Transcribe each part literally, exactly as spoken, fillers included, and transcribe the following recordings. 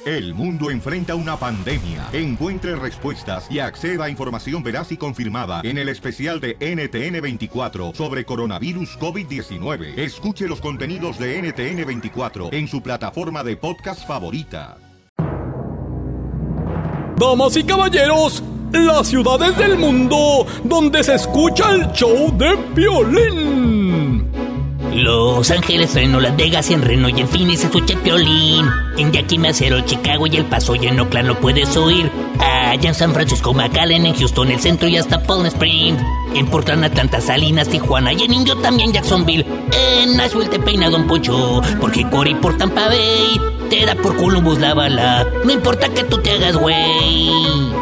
El mundo enfrenta una pandemia. Encuentre respuestas y acceda a información veraz y confirmada en el especial de N T N veinticuatro sobre coronavirus COVID diecinueve. Escuche los contenidos de N T N veinticuatro en su plataforma de podcast favorita. Damas y caballeros, las ciudades del mundo donde se escucha el show de Piolín. Los Ángeles, Reno, Las Vegas y en Reno y en Phoenix se escucha Piolín. En Yakima, Cero, Chicago y El Paso y en Oakland lo puedes oír. Allá en San Francisco, McAllen, en Houston, el centro y hasta Palm Springs. En Portland, Atlanta, Salinas, Tijuana y en Indio también Jacksonville. En Nashville te peina Don Poncho, porque Cory por Tampa Bay te da por Columbus la bala. No importa que tú te hagas güey.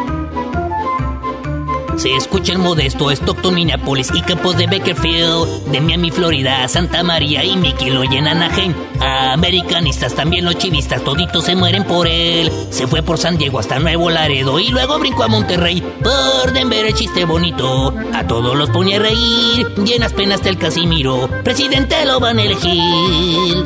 Se escucha en Modesto, Stockton, Minneapolis y Campos de Bakersfield, de Miami, Florida, Santa María y Mickey lo en Anaheim. Americanistas, también los chivistas, toditos se mueren por él. Se fue por San Diego hasta Nuevo Laredo y luego brincó a Monterrey. Por Denver el chiste bonito, a todos los pone a reír. Llenas penas del Casimiro, presidente lo van a elegir.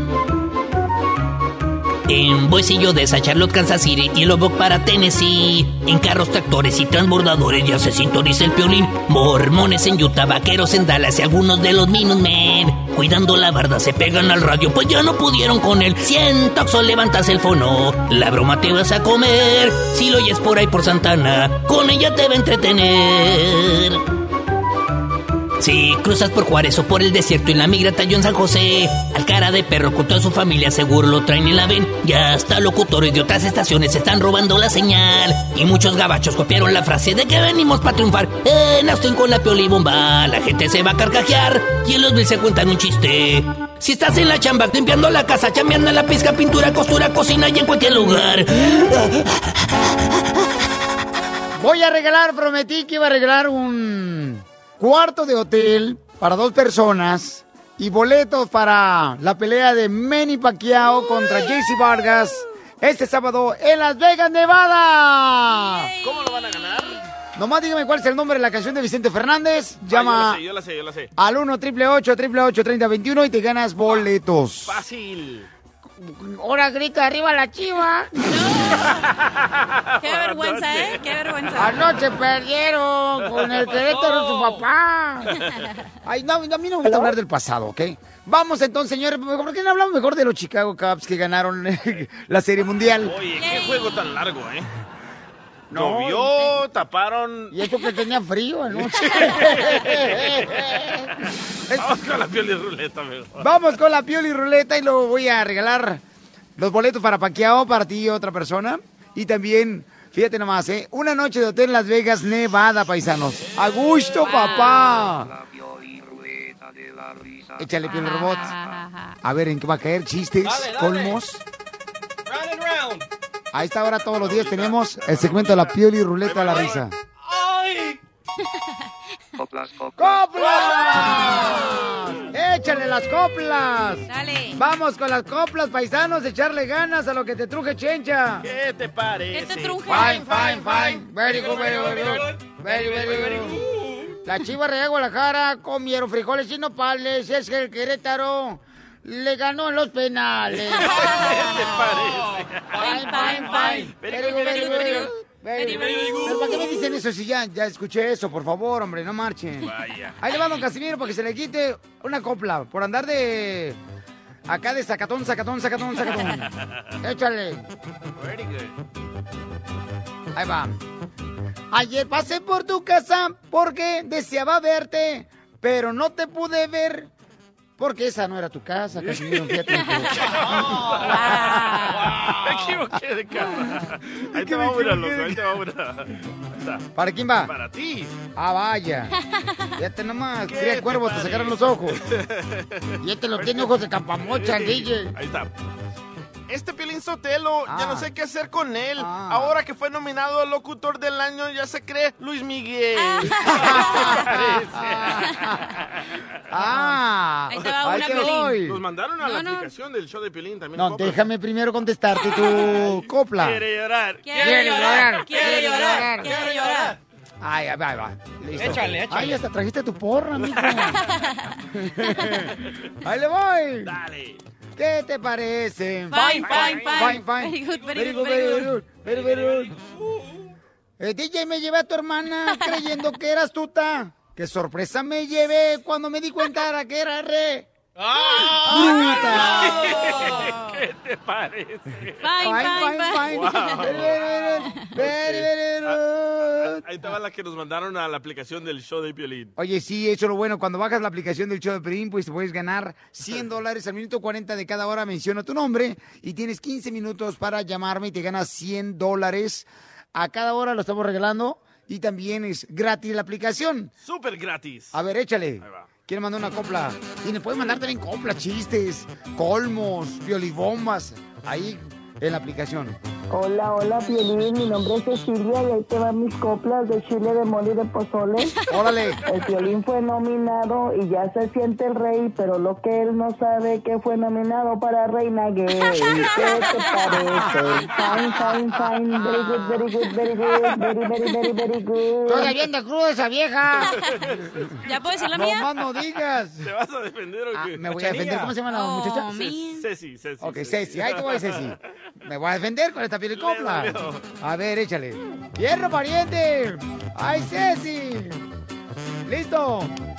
En Boise, Odessa, Charlotte, Kansas City y Lubbock para Tennessee. En carros, tractores y transbordadores ya se sintoniza el Piolín. Mormones en Utah, vaqueros en Dallas y algunos de los Minutemen. Cuidando la barda se pegan al radio, pues ya no pudieron con él. Si en Tucson levantas el fono, la broma te vas a comer. Si lo oyes por ahí por Santana, con ella te va a entretener. Si cruzas por Juárez o por el desierto en la migra Tallón en San José, al cara de perro con toda su familia seguro lo traen y la ven. Ya hasta locutores de otras estaciones están robando la señal. Y muchos gabachos copiaron la frase de que venimos para triunfar. En Austin con la Piolibomba la gente se va a carcajear. Y en los Bills se cuentan un chiste. Si estás en la chamba, limpiando la casa, chambeando en la pizca, pintura, costura, cocina y en cualquier lugar. Voy a regalar, prometí que iba a regalar un cuarto de hotel para dos personas y boletos para la pelea de Manny Pacquiao contra J C Vargas este sábado en Las Vegas, Nevada. ¿Cómo lo van a ganar? Nomás dígame cuál es el nombre de la canción de Vicente Fernández. Llama ah, yo la sé, yo la sé, yo la sé. al uno, ocho ocho ocho, ocho ocho, treinta, veintiuno y te ganas boletos. Fácil. Ahora grita arriba la Chiva. No. Qué vergüenza, ¿eh? Qué vergüenza. Anoche perdieron con el Querétaro su papá. Ay, no, a mí no me gusta hablar del pasado, ¿ok? Vamos entonces, señores. ¿Por qué no hablamos mejor de los Chicago Cubs que ganaron la Serie Mundial? Oye, qué juego tan largo, ¿eh? No, Llovió, taparon. Y eso que tenía frío anoche. Vamos con la Pioli Ruleta, mejor. Vamos con la Pioli Ruleta y luego voy a regalar los boletos para Pacquiao, para ti y otra persona. Y también, fíjate nomás, ¿eh? Una noche de hotel en Las Vegas, Nevada, paisanos. ¡A gusto, papá! Échale, Pioli Robot. A ver, ¿en qué va a caer? ¿Chistes? Dale, dale. ¿Colmos? Round and round. A esta hora todos los días tenemos el segmento de la Pioli Ruleta de la Risa. ¡Ay! ¡Coplas! ¡Coplas! ¡Échale las coplas! Dale. Vamos con las coplas, paisanos, echarle ganas a lo que te truje, Chencha. ¿Qué te parece? ¿Qué te truje? Fine, fine, fine. Very good, very good, very good. Very, very good. La Chiva de Guadalajara comieron frijoles y nopales. Es que el Querétaro le ganó en los penales. ¿Qué te parece? Fine, fine, fine. Very good, very good, very good. Very, very good. Pero ¿para qué me dicen eso si ya, ya escuché eso? Por favor, hombre, no marchen. Vaya. Ahí le va don Casimiro para que se le quite una copla por andar de... Acá de sacatón, sacatón, sacatón, sacatón. Échale. Very good. Ahí va. Ayer pasé por tu casa porque deseaba verte, pero no te pude ver porque esa no era tu casa, Casimiro. Fíjate. Me equivoqué de casa. Ahí te va una, loco, ahí te va una. ¿Para quién va? Para ti. Ah, vaya. Fíjate nomás, ¿Qué cría te cuervos, te parece? sacaron los ojos. Y este lo tiene ojos de campamocha, el D J. Ahí está. Este Piolín Sotelo, Ah. ya no sé qué hacer con él. Ah. Ahora que fue nominado al locutor del año, ya se cree Luis Miguel. Ah, Ahí te va ahí una, te Piolín. voy. Nos mandaron a No, la no. aplicación del show de Piolín también. No, coplas. déjame primero contestarte tu copla. Quiere llorar. Quiere llorar, quiere llorar, quiere llorar. Ay, ahí va, ahí va. Listo. Échale, échale. Ay, hasta trajiste tu porra, mijo. Ahí le voy. Dale. ¿Qué te parece? Fine, fine, fine. Fine, fine. Very good, very Very good, good, very very good. good. Very, very good. Eh, D J, me llevé a tu hermana creyendo que eras tuta. Qué sorpresa me llevé cuando me di cuenta que era re. ¡Bruta! ¿Qué te parece? Fine, Fine, fine, fine, fine. fine. Very, very good. Very, very good. Ahí estaba la que nos mandaron a la aplicación del show de Piolín. Oye, sí, eso es lo bueno. Cuando bajas la aplicación del show de Pelín, pues te puedes ganar cien dólares al minuto cuarenta de cada hora. Menciona tu nombre y tienes quince minutos para llamarme y te ganas cien dólares. A cada hora lo estamos regalando y también es gratis la aplicación. Súper gratis. A ver, échale. Ahí va. ¿Quiere mandar una copla? Y le puedes mandar también copla, chistes, colmos, violibombas, ahí en la aplicación. Hola, hola, Piolín, mi nombre es Cecilia y ahí te van mis coplas de chile de mole y de pozole. Órale. El Piolín fue nominado y ya se siente el rey, pero lo que él no sabe que fue nominado para reina gay. ¿Qué te parece? Fine, fine, fine, very good, very good, very good, very, very, very, very good. Todavía anda cruda esa vieja. ¿Ya puedo decir la No mía? más no digas. ¿Te vas a defender o Ah, qué? me voy a defender. ¿Cómo se llama la Oh, muchacha? man. Ceci, Ceci. Ok, Ceci, ahí te voy, Ceci. Me voy a defender con esta piel y copla. Le dolió. A ver, échale. ¡Hierro, pariente! ¡Ay, Ceci! ¡Listo!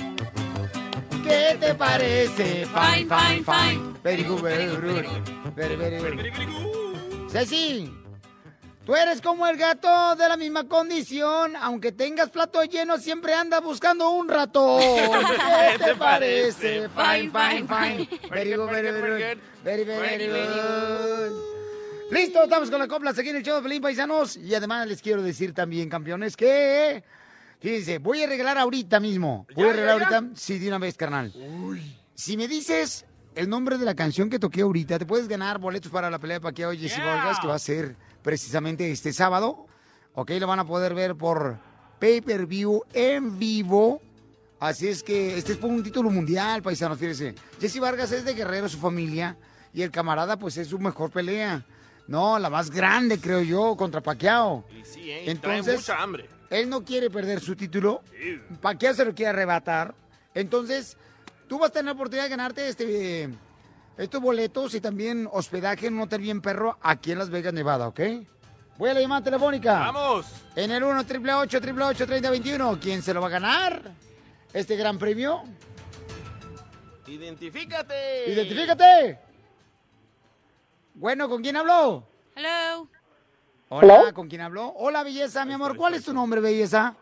¿Qué te parece? Fine, fine, fine. Very good, very good. Very, very good. Ceci, tú eres como el gato de la misma condición. Aunque tengas plato lleno, siempre andas buscando un ratón. ¿Qué te parece? Fine, fine, fine. Very good, very, very good. Very, very, very good. Listo, estamos con la copla aquí en el show de Pelín, paisanos. Y además les quiero decir también, campeones, que... Fíjense, voy a regalar ahorita mismo. Voy ¿Ya, a regalar ya, ya? ahorita, sí, de una vez, carnal. Si me dices el nombre de la canción que toqué ahorita, te puedes ganar boletos para la pelea de Pacquiao y Jesse Yeah. Vargas, que va a ser precisamente este sábado. Ok, lo van a poder ver por pay-per-view en vivo. Así es que este es por un título mundial, paisanos, fíjense. Jesse Vargas es de Guerrero, su familia, y el camarada, pues, es su mejor pelea. No, la más grande, creo yo, contra Pacquiao. Y sí, ¿eh? Entonces- Trae mucha hambre. Él no quiere perder su título. Sí. Pacquiao se lo quiere arrebatar. Entonces, tú vas a tener la oportunidad de ganarte este, estos boletos y también hospedaje en un hotel bien perro aquí en Las Vegas, Nevada, ¿ok? Voy a la llamada telefónica. ¡Vamos! En el uno, ocho ocho ocho, ocho ocho, tres cero dos uno. ¿Quién se lo va a ganar? ¿Este gran premio? ¡Identifícate! ¡Identifícate! Bueno, ¿con quién habló? Hello. Hola, ¿Hello? ¿con quién habló? Hola, belleza, mi amor. ¿Cuál es tu nombre, belleza?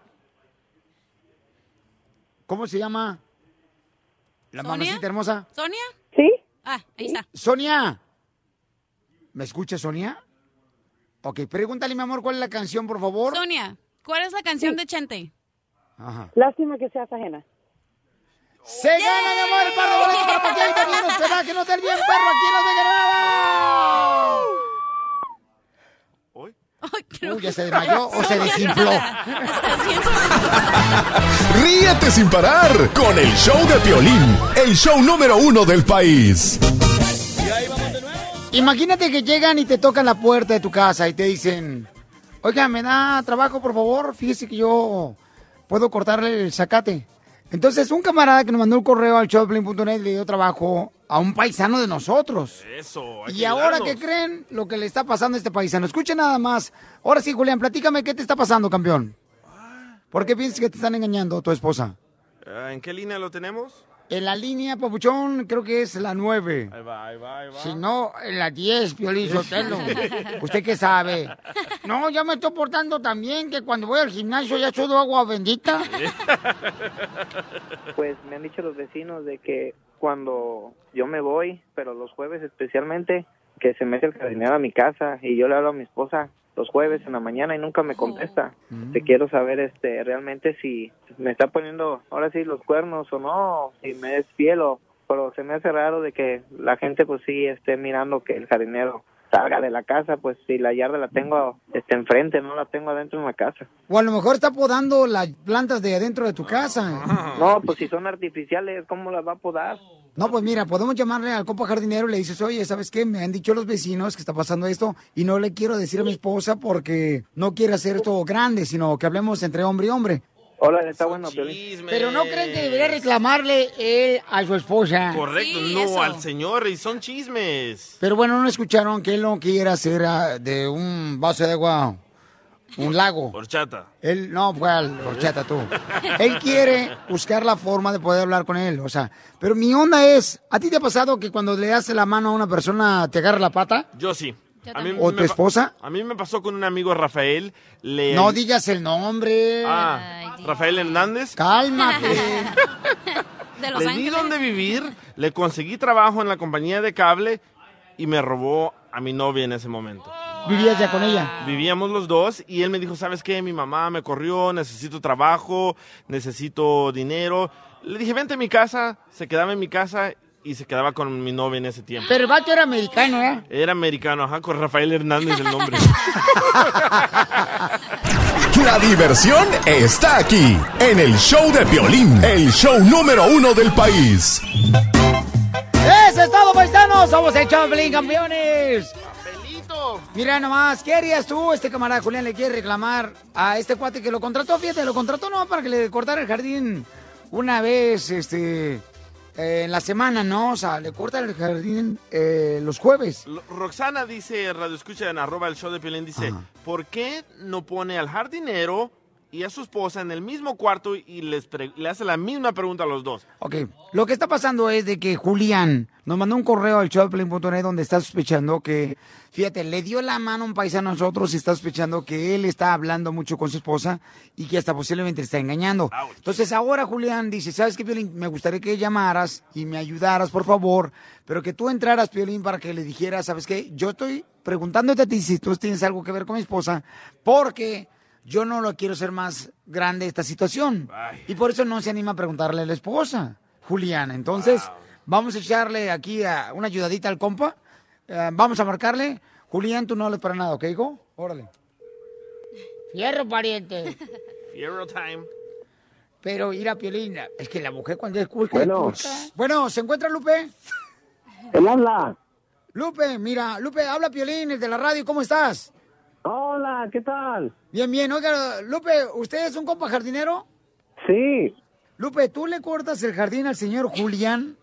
¿Cómo se llama? La ¿Sonia? mamacita hermosa. ¿Sonia? ¿Sí? Ah, ahí está. Sonia. ¿Me escucha, Sonia? Ok, pregúntale, mi amor, ¿cuál es la canción, por favor? Sonia, ¿cuál es la canción de Chente? Ajá. Lástima que seas ajena. ¡Se gana, mi amor, el par de boletos para Pacquiao y también hospedaje en Hotel Bien Perro aquí en Las Vegas, Nevada! ¿Hoy? Ay, creo Uy, ya que- se desmayó o se desinfló. Estás bien. Ríete sin parar con el show de Piolín, el show número uno del país. Imagínate que llegan y te tocan la puerta de tu casa y te dicen, oiga, ¿me da trabajo, por favor? Fíjese que yo puedo cortarle el zacate. Entonces, un camarada que nos mandó un correo al show de Piolín punto net le dio trabajo a un paisano de nosotros. Eso. hay Y que ahora, ayudarnos. ¿qué creen lo que le está pasando a este paisano? Escuchen nada más. Ahora sí, Julián, platícame qué te está pasando, campeón. ¿Por qué piensas que te están engañando tu esposa? Ah, ¿En qué línea lo tenemos? En la línea, papuchón, creo que es la nueve. Ahí va, ahí va, ahí va. Si no, en la diez, Piolín Sotelo. ¿Usted qué sabe? No, ya me estoy portando tan bien que cuando voy al gimnasio ya sudo agua bendita. Pues me han dicho los vecinos de que cuando yo me voy, pero los jueves especialmente, que se mete el jardinero a mi casa y yo le hablo a mi esposa los jueves en la mañana y nunca me contesta. Te quiero saber este realmente si me está poniendo ahora sí los cuernos o no, si me es fiel o... Pero se me hace raro de que la gente pues sí esté mirando que el jardinero salga de la casa, pues si la yarda la tengo este, enfrente, no la tengo adentro en la casa. O a lo mejor está podando las plantas de adentro de tu casa. No, pues si son artificiales, ¿cómo las va a podar? No, pues mira, podemos llamarle al compa jardinero y le dices, oye, ¿sabes qué? Me han dicho los vecinos que está pasando esto y no le quiero decir a mi esposa porque no quiere hacer esto grande, sino que hablemos entre hombre y hombre. Hola, está bueno, Piolín. Chismes. Pero ¿no creen que debería reclamarle él a su esposa? Correcto, Sí, no eso. al señor, y son chismes. Pero bueno, ¿no escucharon que él no quiere hacer ah, de un vaso de agua un lago? Horchata. Él, no, fue al horchata tú. Él quiere buscar la forma de poder hablar con él, o sea. Pero mi onda es, ¿a ti te ha pasado que cuando le das la mano a una persona te agarra la pata? Yo sí. Yo A mí también. ¿O me tu pa- esposa? A mí me pasó con un amigo Rafael. Le... No digas el nombre. Ah, Ay, Rafael Hernández. Cálmate. De Los Le di Ángeles. donde vivir, le conseguí trabajo en la compañía de cable y me robó a mi novia en ese momento. ¿Vivías ya con ella? Vivíamos los dos y él me dijo, ¿sabes qué? Mi mamá me corrió, necesito trabajo, necesito dinero. Le dije, vente a mi casa, se quedaba en mi casa y se quedaba con mi novia en ese tiempo. Pero el vato era americano, ¿eh? Era americano, ajá, con Rafael Hernández el nombre. La diversión está aquí, en el show de Piolín, el show número uno del país. ¡Eso es todo, paisanos! ¡Somos el Choplin, campeones! Mira nomás, ¿qué harías tú? Este camarada Julián le quiere reclamar a este cuate que lo contrató. Fíjate, lo contrató no para que le cortara el jardín una vez, este... Eh, en la semana, ¿no? O sea, le corta el jardín eh, los jueves. Lo- Roxana dice, Radio Escucha en arroba el show de Piolín, dice, Ajá. ¿por qué no pone al jardinero y a su esposa en el mismo cuarto y les pre- le hace la misma pregunta a los dos? Ok, lo que está pasando es de que Julián nos mandó un correo al choplin punto net donde está sospechando que, fíjate, le dio la mano a un paisano a nosotros y está sospechando que él está hablando mucho con su esposa y que hasta posiblemente le está engañando. Entonces ahora Julián dice, ¿sabes qué, Piolín? Me gustaría que llamaras y me ayudaras, por favor, pero que tú entraras, Piolín, para que le dijeras, ¿sabes qué? Yo estoy preguntándote a ti si tú tienes algo que ver con mi esposa, porque yo no lo quiero hacer más grande esta situación. Ay. Y por eso no se anima a preguntarle a la esposa, Julián. Entonces, vamos a echarle aquí a una ayudadita al compa. Eh, vamos a marcarle. Julián, tú no le para nada, ¿ok, hijo? Órale. Fierro, pariente. Fierro time. Pero ir a Piolín, es que la mujer cuando escucha... Bueno. escucha. Bueno, ¿se encuentra Lupe? Él habla. Lupe, mira, Lupe, habla Piolín, el de la radio, ¿cómo estás? Hola, ¿qué tal? Bien, bien. Oiga, Lupe, ¿usted es un compa jardinero? Sí, Lupe, ¿tú le cortas el jardín al señor Julián?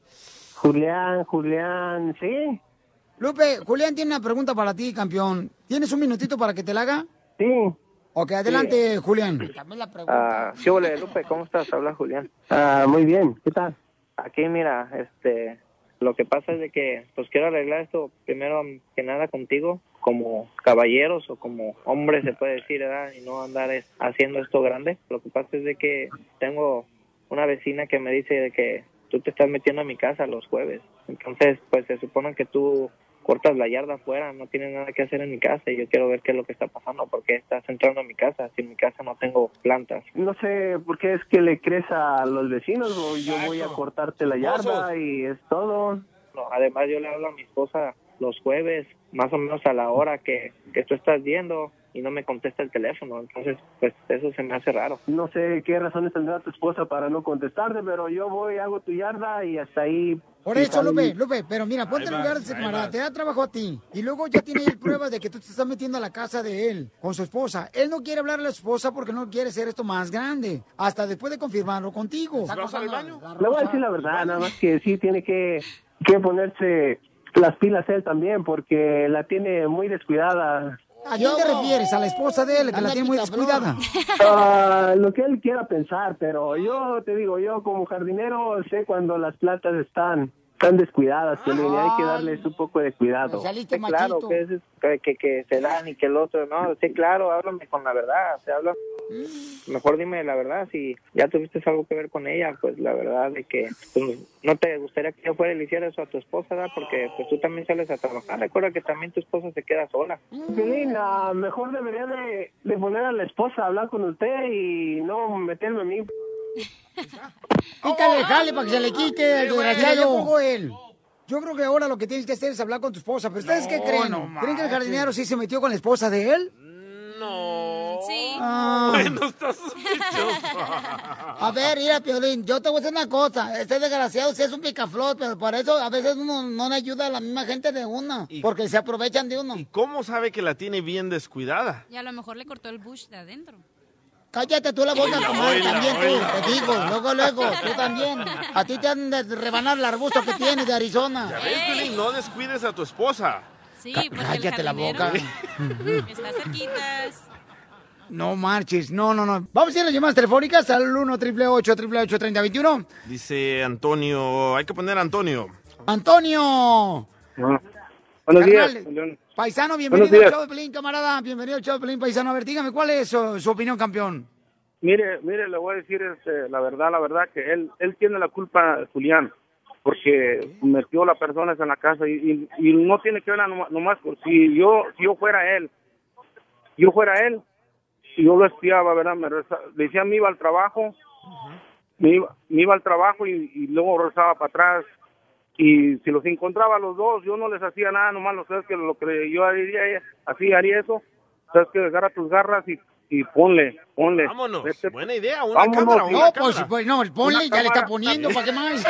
Julián, Julián, sí, Lupe, Julián tiene una pregunta para ti, campeón. ¿Tienes un minutito para que te la haga? sí. Ok, adelante, Julián. Dame la pregunta. Ah, ¿qué ole, Lupe? ¿Cómo estás? Habla Julián. Ah, muy bien, ¿qué tal? Aquí, mira, este, lo que pasa es de que, pues quiero arreglar esto primero que nada contigo, como caballeros o como hombres se puede decir, ¿verdad? Y no andar es- haciendo esto grande. Lo que pasa es de que tengo una vecina que me dice de que tú te estás metiendo a mi casa los jueves. Entonces, pues se supone que tú cortas la yarda afuera, no tienes nada que hacer en mi casa y yo quiero ver qué es lo que está pasando, porque estás entrando a mi casa, si en mi casa no tengo plantas. No sé por qué es que le crees a los vecinos, o yo voy a cortarte la yarda y es todo. No, además yo le hablo a mi esposa los jueves, más o menos a la hora que, que tú estás viendo y no me contesta el teléfono, entonces pues eso se me hace raro. No sé qué razones tendrá tu esposa para no contestarte, pero yo voy, hago tu yarda y hasta ahí... Por eso, Lupe, Lupe, pero mira, ponte en lugar de ese camarada, te da trabajo a ti. Y luego ya tiene él pruebas de que tú te estás metiendo a la casa de él, con su esposa. Él no quiere hablarle a su esposa porque no quiere hacer esto más grande, hasta después de confirmarlo contigo. ¿Vas al baño? Le voy a decir la verdad, nada más que sí tiene que, que ponerse las pilas él también, porque la tiene muy descuidada. ¿A quién te refieres? ¿A la esposa de él, que la tiene muy descuidada? Ah, lo que él quiera pensar, pero yo te digo, yo como jardinero sé cuando las plantas están tan descuidadas, que le hay que darles un poco de cuidado. Sí, claro, que, es, que, que, que se dan y que el otro, no, sí, claro, háblame con la verdad, o sea, habla, mejor dime la verdad, si ya tuviste algo que ver con ella, pues la verdad de que pues, no te gustaría que yo fuera y le hiciera eso a tu esposa, ¿verdad? Porque pues tú también sales a trabajar, recuerda que también tu esposa se queda sola. Piolín, ah, mejor debería de, de poner a la esposa a hablar con usted y no meterme a mí. Quítale, jale para que se le quite al desgraciado. güey. Ya pongo él. Yo creo que ahora lo que tienes que hacer es hablar con tu esposa. ¿Pero ustedes qué creen? no ¿Creen que el manches. jardinero sí se metió con la esposa de él? No. Sí. Ah. Bueno, estás sospechoso. A ver, mira, Piolín, yo te voy a decir una cosa. Este desgraciado sí es un picaflor, pero por eso a veces uno no le ayuda a la misma gente de uno. Y- Porque se aprovechan de uno. ¿Cómo sabe que la tiene bien descuidada? Y a lo mejor le cortó el bush de adentro. Cállate tú la boca, comadre, también tú, te digo, luego, luego, tú también. A ti te han de rebanar el arbusto que tienes de Arizona. Ya ves, Piolín, no descuides a tu esposa. Sí, Ca- porque cállate el la boca. jardinero está cerquitas. No marches, no, no, no. Vamos a ir a las llamadas telefónicas al uno, triple ocho, ocho ocho, treinta veintiuno. Dice Antonio, hay que poner Antonio. Antonio. Buenos Carnal, días, León. Paisano, bienvenido Buenos días. al show de Pelín, camarada. Bienvenido al show de Pelín, paisano. A ver, dígame, ¿cuál es su, su opinión, campeón? Mire, mire, le voy a decir este, la verdad, la verdad, que él él tiene la culpa, Julián, porque metió a las personas en la casa y, y, y no tiene que ver nomás, nomás con- si yo si yo fuera él, yo fuera él, si yo lo espiaba, ¿verdad? Me reza- le decía, me iba al trabajo, me, iba, me iba al trabajo y, y luego regresaba para atrás. Y si los encontraba a los dos, yo no les hacía nada, nomás lo sabes que lo que yo haría, así haría eso, sabes que agarra tus garras y, y ponle, ponle. Vámonos, Vete. buena idea, una Vámonos, cámara, sí. una No, cámara. pues, pues, no, ponle, Una ya le está cámara. poniendo, ¿para qué más?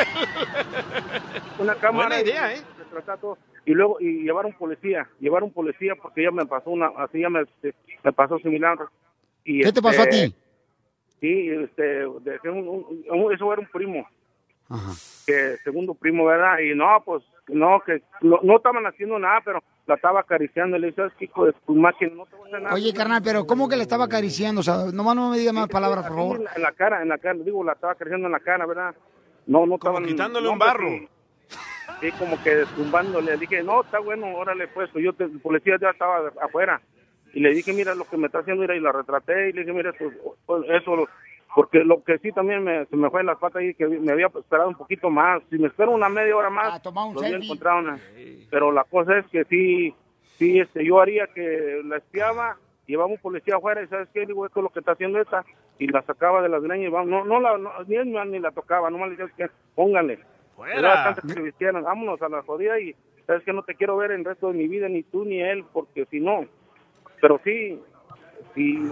Una cámara. Buena idea, y- ¿eh? retratar todo. Y luego, y llevar un policía, llevar un policía porque ya me pasó una, así ya me, este, me pasó similar. Y, ¿Qué te pasó a este, ti? Sí, este, dejé un, un- un- eso era un primo, Ajá. que segundo primo, ¿verdad? Y no, pues, no, que no, no estaban haciendo nada, pero la estaba acariciando. Le dije, ¿sabes qué, hijo de tu máquina? No te voy a hacer nada. Oye, carnal, pero ¿cómo que le estaba acariciando? O sea, nomás no me diga más palabras, por Así favor. En la, en la cara, en la cara, digo, la estaba acariciando en la cara, ¿verdad? No, no Como estaban... quitándole no, un pues, barro. Sí, sí, como que tumbándole. Dije, no, está bueno, órale, pues. Yo, te, el policía ya estaba afuera. Y le dije, mira lo que me está haciendo, mira, y la retraté. Y le dije, mira, pues, pues, eso, lo- porque lo que sí también me, se me fue en las patas y que me había esperado un poquito más. Si me espero una media hora más, Ah, toma un lo había selfie. encontrado una. Pero la cosa es que sí, sí, este, yo haría que la espiaba, llevaba un policía afuera y ¿sabes qué? Digo, esto es lo que está haciendo esta. Y la sacaba de las greñas y vamos, no, no la, no, ni, él ni la tocaba, nomás le decía, "¿Sabes qué? Pónganle. Fuera. Le daba tanta que se vistieran, vámonos a la jodida y sabes que no te quiero ver el resto de mi vida, ni tú ni él, porque si no, pero sí, sí,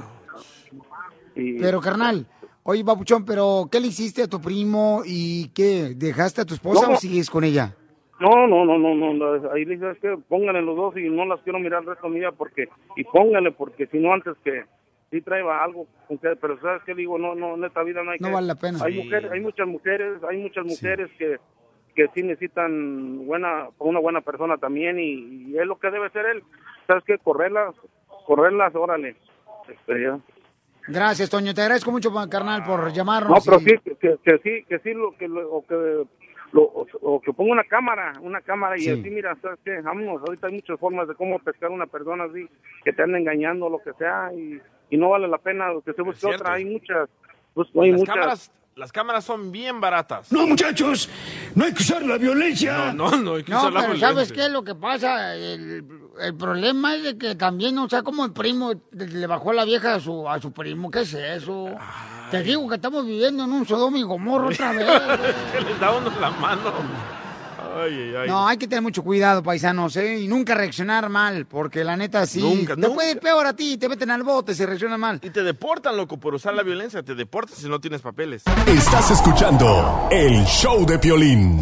sí. Pero, carnal, oye, babuchón, pero ¿qué le hiciste a tu primo y qué? ¿Dejaste a tu esposa No. o sigues con ella? No, no, no, no, no, no, ahí le dices que pónganle los dos y no las quiero mirar el resto de mi vida porque, y pónganle porque si no antes que sí traiga algo, con que- pero sabes qué digo, no, no, en esta vida no hay No que, vale la pena. hay Sí. mujeres, hay muchas mujeres, hay muchas mujeres que, que sí necesitan buena, una buena persona también y, y es lo que debe ser él, sabes qué, correrlas, correrlas, órale, este, ya. Gracias, Toño. Te agradezco mucho, carnal, por llamarnos. No, pero y- sí, que, que, que sí, que sí, lo que, lo, o que, lo, o, o que ponga una cámara, una cámara y Sí. así, mira, ¿sabes qué? Vámonos, ahorita hay muchas formas de cómo pescar a una persona así, que te anda engañando, lo que sea, y, y no vale la pena que se busque cierto. otra, hay muchas, pues, hay Las muchas. cámaras, las cámaras son bien baratas. No, muchachos, no hay que usar la violencia. No, no, no hay que No, usar la pero violencia. ¿sabes qué es lo que pasa? El, el problema es de que también, o sea, como el primo le bajó la vieja a su, a su primo, ¿qué es eso? Te digo que estamos viviendo en un Sodoma y Gomorra otra vez. que les da uno la mano. Ay, ay, ay. No, hay que tener mucho cuidado, paisanos, ¿eh? Y nunca reaccionar mal, porque la neta sí. Nunca, te nunca. puede ir peor a ti, te meten al bote si reaccionas mal. Y te deportan, loco, por usar la violencia. Te deportan si no tienes papeles. Estás escuchando el show de Piolín.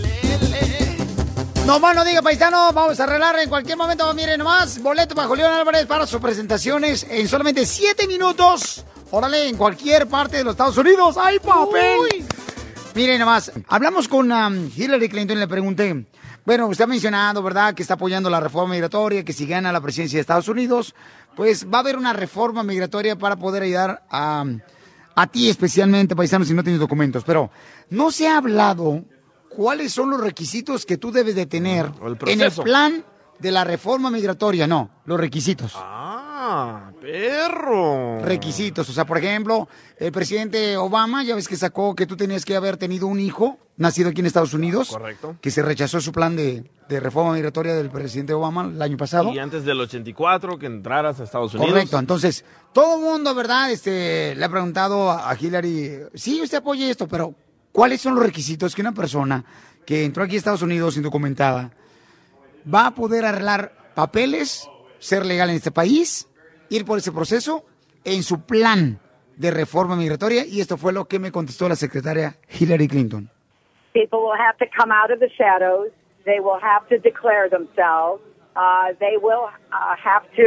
No más no diga, paisano, vamos a arreglar en cualquier momento. Miren nomás, boleto para Julián Álvarez para sus presentaciones en solamente siete minutos. Órale, en cualquier parte de los Estados Unidos. ¡Hay papel! Miren nomás, hablamos con um, Hillary Clinton y le pregunté, bueno, usted ha mencionado, ¿verdad?, que está apoyando la reforma migratoria, que si gana la presidencia de Estados Unidos, pues va a haber una reforma migratoria para poder ayudar a, a ti especialmente, paisano, si no tienes documentos. Pero no se ha hablado cuáles son los requisitos que tú debes de tener O el en el proceso. plan de la reforma migratoria. No, los requisitos. Ah, perro. Requisitos. O sea, por ejemplo, el presidente Obama, ya ves que sacó que tú tenías que haber tenido un hijo nacido aquí en Estados Unidos. Correcto. Que se rechazó su plan de, de reforma migratoria del presidente Obama el año pasado. Y antes del ochenta y cuatro, que entraras a Estados Unidos. Correcto. Entonces, todo el mundo, ¿verdad? Este, le ha preguntado a a Hillary, sí, usted apoya esto, pero ¿cuáles son los requisitos que una persona que entró aquí a Estados Unidos indocumentada va a poder arreglar papeles, ser legal en este país, ir por ese proceso en su plan de reforma migratoria? Y esto fue lo que me contestó la secretaria Hillary Clinton. People will have to come out of the shadows. They will have to declare themselves. Uh, they will uh, have to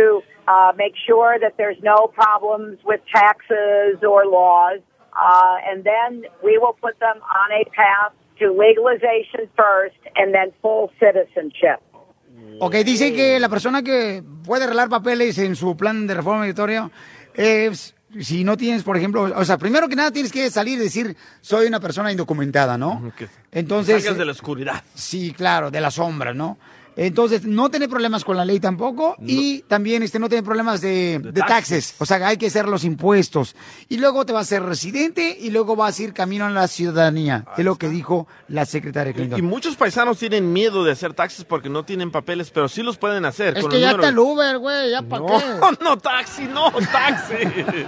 uh, make sure that there's no problems with taxes or laws, uh, and then we will put them on a path to legalization first and then full citizenship. Ok, dice que la persona que puede arreglar papeles en su plan de reforma migratoria es, si no tienes, por ejemplo, o sea, primero que nada tienes que salir y decir, soy una persona indocumentada, ¿no? Que Entonces, salgas de la oscuridad. Sí, claro, de la sombra, ¿no? Entonces, no tener problemas con la ley tampoco y también este, no tener problemas de, de, de taxes. O sea, hay que hacer los impuestos. Y luego te vas a ser residente y luego vas a ir camino a la ciudadanía. Es lo que dijo la secretaria Clinton. Y muchos paisanos tienen miedo de hacer taxes porque no tienen papeles, pero sí los pueden hacer. Es con que el ya número... está el Uber, güey, ya para no, qué. No, no, taxi, no, taxis.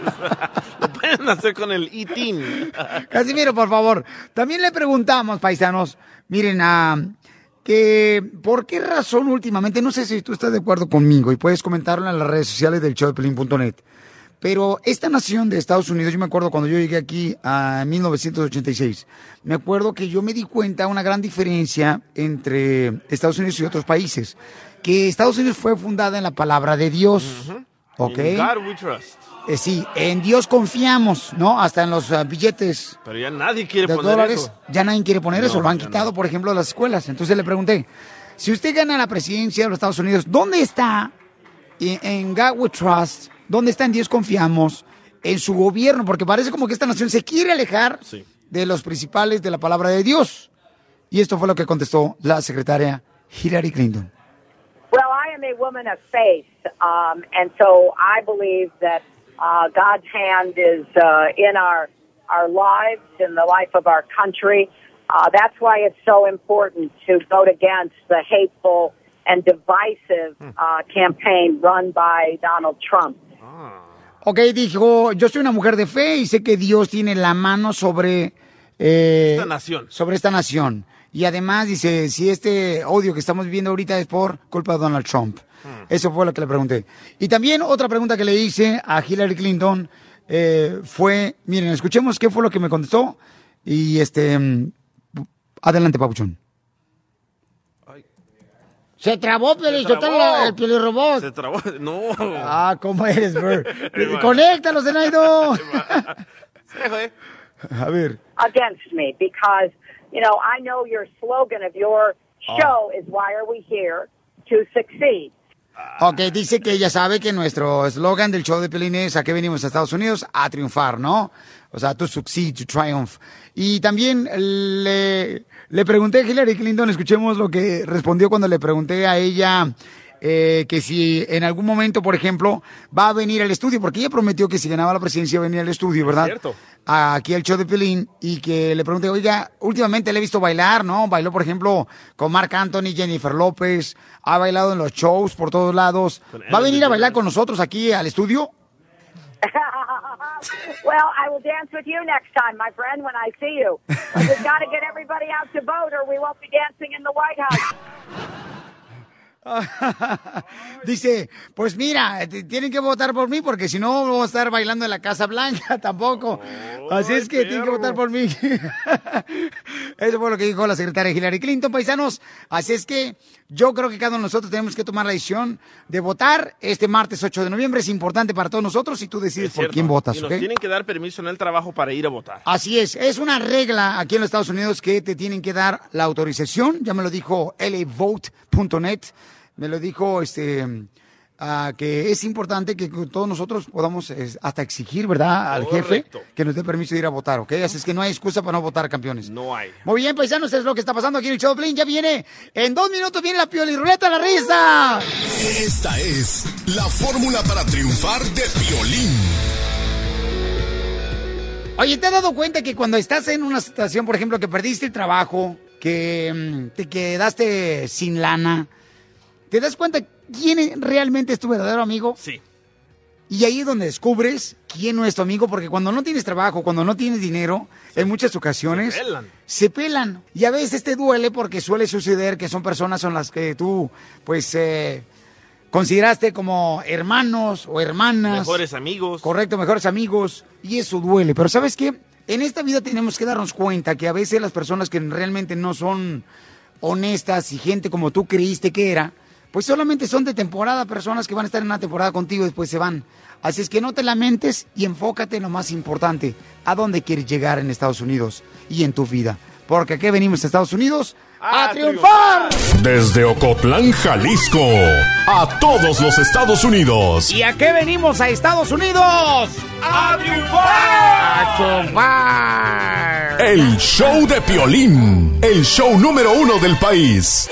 Lo pueden hacer con el I T I N. Casimiro, por favor. También le preguntamos, paisanos, miren, a... Uh, que por qué razón últimamente, no sé si tú estás de acuerdo conmigo y puedes comentarlo en las redes sociales del show de Piolín punto net, pero esta nación de Estados Unidos, yo me acuerdo cuando yo llegué aquí a mil novecientos ochenta y seis, me acuerdo que yo me di cuenta una gran diferencia entre Estados Unidos y otros países, que Estados Unidos fue fundada en la palabra de Dios, uh-huh. ¿ok? In God we trust. Eh, sí, en Dios confiamos, ¿no? Hasta en los uh, billetes. Pero ya nadie quiere de poner dólares, eso. Ya nadie quiere poner no, eso. Lo han quitado, no. Por ejemplo, de las escuelas. Entonces le pregunté, si usted gana la presidencia de los Estados Unidos, ¿dónde está en, en God We Trust? ¿Dónde está en Dios confiamos? En su gobierno, porque parece como que esta nación se quiere alejar sí. de los principales de la palabra de Dios. Y esto fue lo que contestó la secretaria Hillary Clinton. Well, I am a woman of faith, um, and so I believe that Uh, God's hand is uh, in our our lives, in the life of our country. Uh, that's why it's so important to vote against the hateful and divisive uh, campaign run by Donald Trump. Ok, dijo, yo soy una mujer de fe y sé que Dios tiene la mano sobre... Eh, esta nación. Sobre esta nación. Y además dice, si este odio que estamos viviendo ahorita es por culpa de Donald Trump. Eso fue lo que le pregunté. Y también otra pregunta que le hice a Hillary Clinton eh, fue, miren, escuchemos qué fue lo que me contestó. Y este, adelante, Papuchón. Ay. Se trabó, pero el Piolirobot. Se trabó, no. Ah, ¿cómo eres, bro? Conéctalo, Zenaido. A ver. Against me, because, you know, I know your slogan of your show oh. is why are we here to succeed. Ok, dice que ella sabe que nuestro eslogan del show de Piolín es a qué venimos a Estados Unidos, a triunfar, ¿no? O sea, to succeed, to triumph. Y también le, le pregunté a Hillary Clinton, escuchemos lo que respondió cuando le pregunté a ella eh, que si en algún momento, por ejemplo, va a venir al estudio, porque ella prometió que si ganaba la presidencia iba a venir al estudio, ¿verdad? Cierto. Aquí al show de Piolín, y que le pregunté, oiga, últimamente le he visto bailar, ¿no? Bailó, por ejemplo, con Marc Anthony, Jennifer López, ha bailado en los shows por todos lados. ¿Va a venir a bailar con nosotros aquí al estudio? Well, I will dance with you next time, my friend, when I see you. But we've got to get everybody out to vote or we won't be dancing in the White House. Dice, pues mira, tienen que votar por mí porque si no vamos a estar bailando en la Casa Blanca tampoco. Oh, así es que perro. Tienen que votar por mí. Eso fue lo que dijo la secretaria Hillary Clinton, paisanos. Así es que yo creo que cada uno de nosotros tenemos que tomar la decisión de votar este martes ocho de noviembre. Es importante para todos nosotros y tú decides por quién votas. Y nos ¿okay? tienen que dar permiso en el trabajo para ir a votar. Así es, es una regla aquí en los Estados Unidos que te tienen que dar la autorización. Ya me lo dijo L A vote punto net. Me lo dijo este uh, que es importante que todos nosotros podamos eh, hasta exigir, ¿verdad? Al Correcto. jefe que nos dé permiso de ir a votar, ¿ok? Así es que no hay excusa para no votar, campeones. No hay. Muy bien, paisanos, es lo que está pasando aquí en el show de Piolín. Ya viene, en dos minutos viene la Pioliruleta, la risa. Esta es la fórmula para triunfar de Piolín. Oye, ¿te has dado cuenta que cuando estás en una situación, por ejemplo, que perdiste el trabajo, que mmm, te quedaste sin lana, ¿te das cuenta quién realmente es tu verdadero amigo? Sí. Y ahí es donde descubres quién no es tu amigo, porque cuando no tienes trabajo, cuando no tienes dinero, sí. en muchas ocasiones se pelan. se pelan. Y a veces te duele porque suele suceder que son personas con las que tú, pues, eh, consideraste como hermanos o hermanas. Mejores amigos. Correcto, mejores amigos. Y eso duele. Pero ¿sabes qué? En esta vida tenemos que darnos cuenta que a veces las personas que realmente no son honestas y gente como tú creíste que era, pues solamente son de temporada, personas que van a estar en una temporada contigo y después se van. Así es que no te lamentes y enfócate en lo más importante, a dónde quieres llegar en Estados Unidos y en tu vida. Porque aquí venimos a Estados Unidos a, a triunfar. Desde Ocotlán, Jalisco, a todos los Estados Unidos. ¿Y a qué venimos a Estados Unidos? ¡A triunfar! ¡A triunfar! El show de Piolín, el show número uno del país.